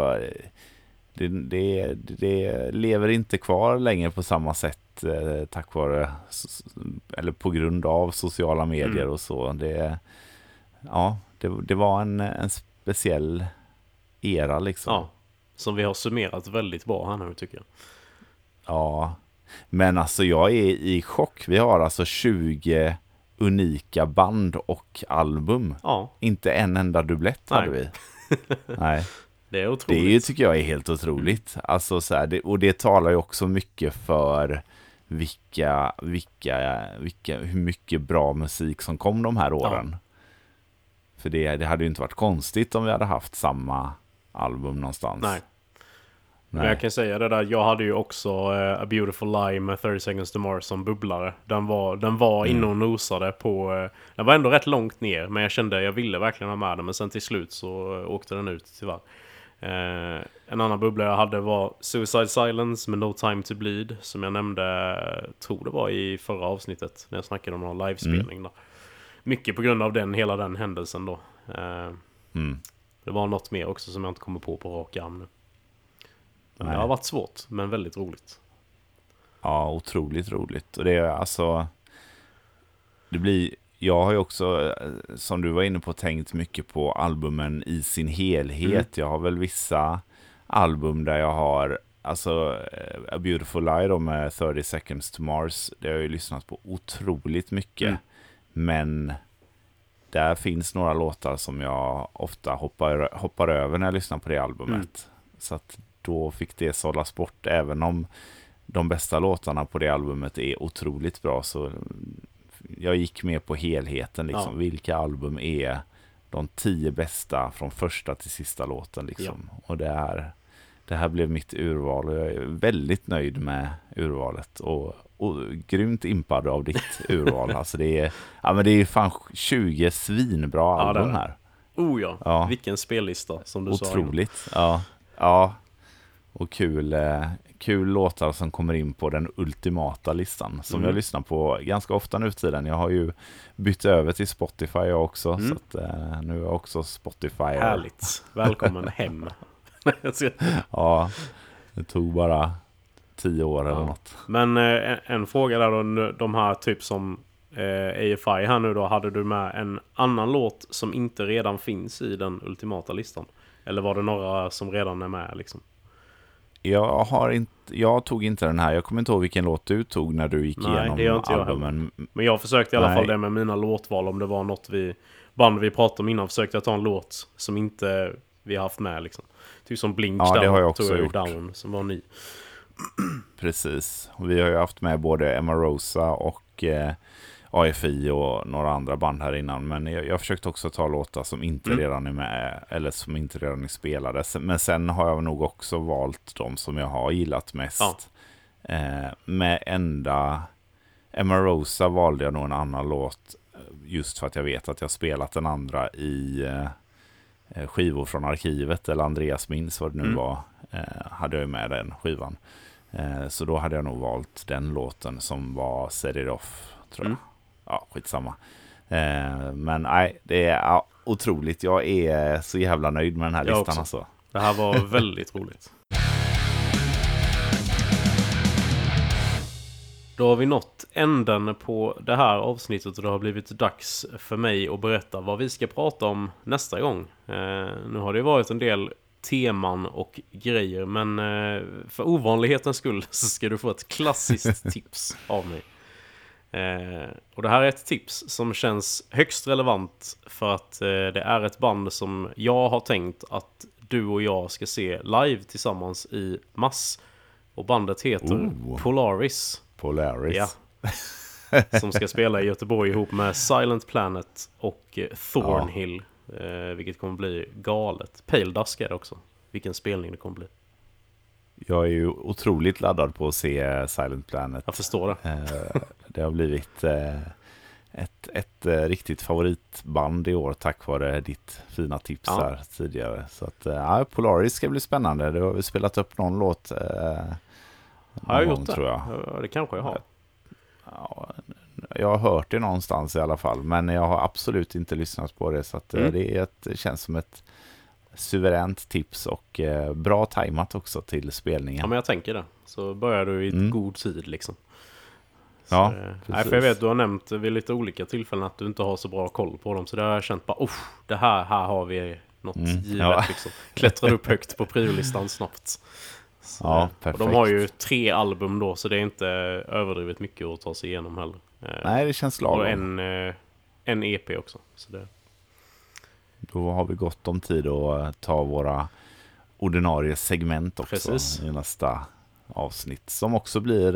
Det lever inte kvar längre på samma sätt tack vare eller på grund av sociala medier och så. Det var en speciell era liksom. Ja, som vi har summerat väldigt bra här nu tycker jag. Ja, men alltså jag är i chock. Vi har alltså 20 unika band och album. Ja. Inte en enda dubblett hade vi. Nej. Det är otroligt. Det tycker jag är helt otroligt. Alltså så här, och det talar ju också mycket för hur mycket bra musik som kom de här åren. Ja. För det hade ju inte varit konstigt om vi hade haft samma album någonstans. Nej. Men jag kan säga det där, jag hade ju också A Beautiful Lie med 30 Seconds to Mars som bubblare. Den var inne och nosade på... den var ändå rätt långt ner, men jag kände jag ville verkligen ha med den. Men sen till slut så åkte den ut tyvärr. En annan bubbla jag hade var Suicide Silence med No Time to Bleed, som jag nämnde, tror det var i förra avsnittet när jag snackade om någon livespelning där. Mycket på grund av hela den händelsen då. Det var något mer också som jag inte kommer på rak arm nu. Men det har varit svårt, men väldigt roligt. Ja, otroligt roligt. Och det är alltså... Jag har ju också, som du var inne på, tänkt mycket på albumen i sin helhet. Jag har väl vissa album där jag har... Alltså, A Beautiful Lie då med 30 Seconds to Mars. Det har jag ju lyssnat på otroligt mycket. Men där finns några låtar som jag ofta hoppar över när jag lyssnar på det albumet. Så att då fick det sållas bort. Även om de bästa låtarna på det albumet är otroligt bra, så jag gick med på helheten liksom. Ja. Vilka album är de 10 bästa från första till sista låten liksom. Ja. Och det här blev mitt urval och jag är väldigt nöjd med urvalet och grymt impad av ditt urval. Alltså det är fan 20 svinbra album här. Ja. Vilken spellista som du sa. Otroligt. Ja. Och kul låtar som kommer in på den ultimata listan som jag lyssnar på ganska ofta nu tiden. Jag har ju bytt över till Spotify också, så att nu är jag också Spotify. Härligt. Välkommen hem. Ja, det tog bara 10 år eller något. Men en fråga där då, de här typ som AFI här nu då, hade du med en annan låt som inte redan finns i den ultimata listan? Eller var det några som redan är med liksom? Jag tog inte den här. Jag kommer inte ihåg vilken låt du tog när du gick igenom albumen. Men jag försökte i alla fall det med mina låtval. Om det var något band vi pratade om innan, försökte jag ta en låt som inte vi har haft med liksom. Typ som Blink Down, det har jag också gjort. Down som var ny. Precis. Och vi har ju haft med både Emma Rosa och AFI och några andra band här innan. Men jag försökte också ta låtar som inte redan är med eller som inte redan är spelade. Men sen har jag nog också valt de som jag har gillat mest. Med Emma Rosa valde jag nog en annan låt just för att jag vet att jag spelat den andra i skivor från arkivet, eller Andreas minns vad det nu var, hade jag med den skivan. Så då hade jag nog valt den låten som var Set It Off, tror jag. Ja, skitsamma. Men nej, det är otroligt. Jag är så jävla nöjd med den här listan alltså. Det här var väldigt roligt. Då har vi nått änden på det här avsnittet och det har blivit dags för mig att berätta vad vi ska prata om nästa gång. Nu har det varit en del teman och grejer, men för ovanlighetens skull så ska du få ett klassiskt tips av mig. Och det här är ett tips som känns högst relevant för att det är ett band som jag har tänkt att du och jag ska se live tillsammans i mars. Och bandet heter Polaris. Polaris. Ja. Som ska spela i Göteborg ihop med Silent Planet och Thornhill. Vilket kommer bli galet. Pale Dusk är det också. Vilken spelning det kommer bli. Jag är ju otroligt laddad på att se Silent Planet. Jag förstår det. Det har blivit ett riktigt favoritband i år tack vare ditt fina tips här tidigare. Så att Polaris ska bli spännande. Du har väl spelat upp någon låt har jag gjort det? Tror jag. Ja, det kanske jag har. Ja, jag har hört det någonstans i alla fall, men jag har absolut inte lyssnat på det, så att det känns som ett suveränt tips och bra tajmat också till spelningen. Ja, men jag tänker det. Så börjar du i god tid liksom. Så, ja, nej, för jag vet, du har nämnt vid lite olika tillfällen att du inte har så bra koll på dem, så det har jag känt bara, det här har vi något givet liksom. Klättrar upp högt på priolistan snabbt. Så, ja, perfekt. Och de har ju 3 album då, så det är inte överdrivet mycket att ta sig igenom heller. Nej, det känns lagom. Och en EP också. Så det... Då har vi gott om tid att ta våra ordinarie segment också. Precis. I nästa avsnitt. Som också blir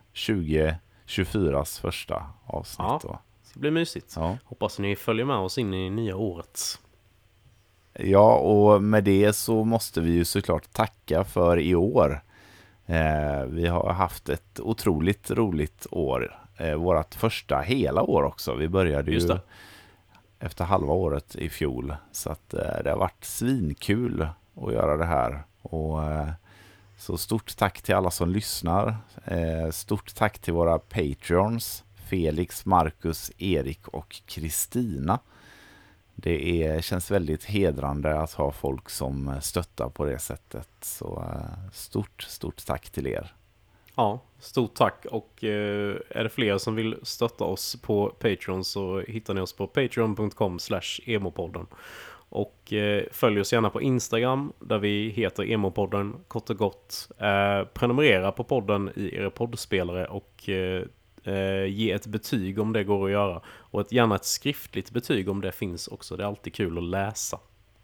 2024s första avsnitt. Ja, då. det ska bli mysigt. Ja. Hoppas ni följer med oss in i nya året. Ja, och med det så måste vi ju såklart tacka för i år. Vi har haft ett otroligt roligt år. Vårt första hela år också. Vi började ju efter halva året i fjol. Så att det har varit svinkul att göra det här. Och så stort tack till alla som lyssnar. Stort tack till våra Patreons. Felix, Marcus, Erik och Kristina. Det känns väldigt hedrande att ha folk som stöttar på det sättet. Så stort tack till er. Ja, stort tack. Och är det fler som vill stötta oss på Patreon så hittar ni oss på patreon.com/emopodden. Och följ oss gärna på Instagram där vi heter Emopodden, kort och gott. Prenumerera på podden i era poddspelare och ge ett betyg om det går att göra. Och gärna ett skriftligt betyg om det finns också. Det är alltid kul att läsa.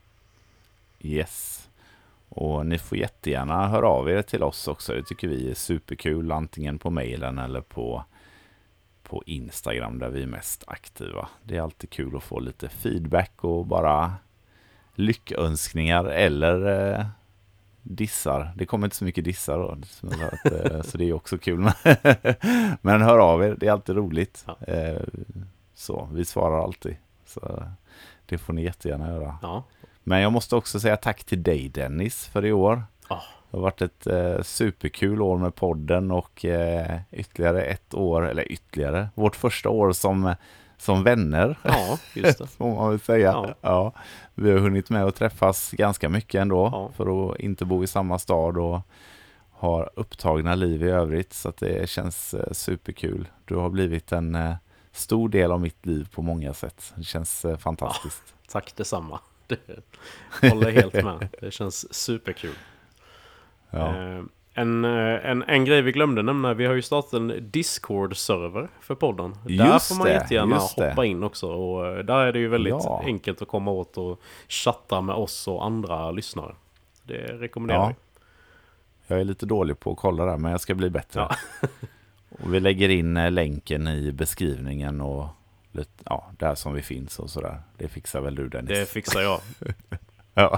Yes. Och ni får jättegärna höra av er till oss också. Det tycker vi är superkul. Antingen på mejlen eller på Instagram där vi är mest aktiva. Det är alltid kul att få lite feedback och bara lyckönskningar eller dissar. Det kommer inte så mycket dissar då, så det är också kul. Men hör av er, det är alltid roligt. Ja. Så vi svarar alltid. Så det får ni jättegärna göra. Ja. Men jag måste också säga tack till dig, Dennis, för i år. Det har varit ett superkul år med podden och ytterligare ett år, eller ytterligare, vårt första år som vänner. Ja, just det. Får man väl säga. Ja, vi har hunnit med att träffas ganska mycket ändå för att inte bo i samma stad och ha upptagna liv i övrigt. Så att det känns superkul. Du har blivit en stor del av mitt liv på många sätt. Det känns fantastiskt. Ja, tack detsamma. Det håller helt med. Det känns superkul. Ja. En grej vi glömde nämna, vi har ju startat en Discord-server för podden. Där får man jättegärna hoppa in också. Och där är det ju väldigt enkelt att komma åt och chatta med oss och andra lyssnare. Det rekommenderar vi. Jag är lite dålig på att kolla där, men jag ska bli bättre. Ja. Och vi lägger in länken i beskrivningen och där som vi finns och sådär. Det fixar väl du, Dennis? Det fixar jag. Ja.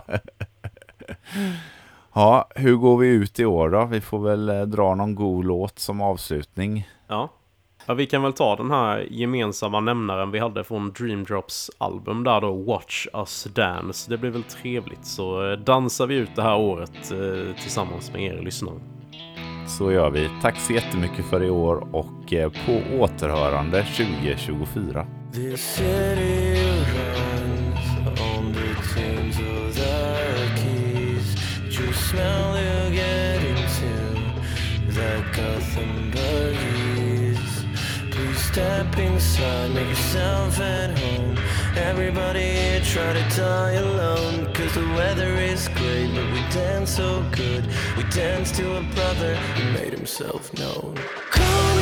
Ja, hur går vi ut i år då? Vi får väl dra någon god låt som avslutning. Ja, vi kan väl ta den här gemensamma nämnaren vi hade från Dream Drops album där då, Watch Us Dance. Det blir väl trevligt, så dansar vi ut det här året tillsammans med er lyssnare. Så gör vi. Tack så jättemycket för i år och på återhörande 2024. The city runs on the tunes of the keys. You smell you get into the Gothenburg breeze. Please step inside, make yourself at home. Everybody here try to die alone, 'cause the weather is great, but we dance so good. We dance to a brother who made himself known. Come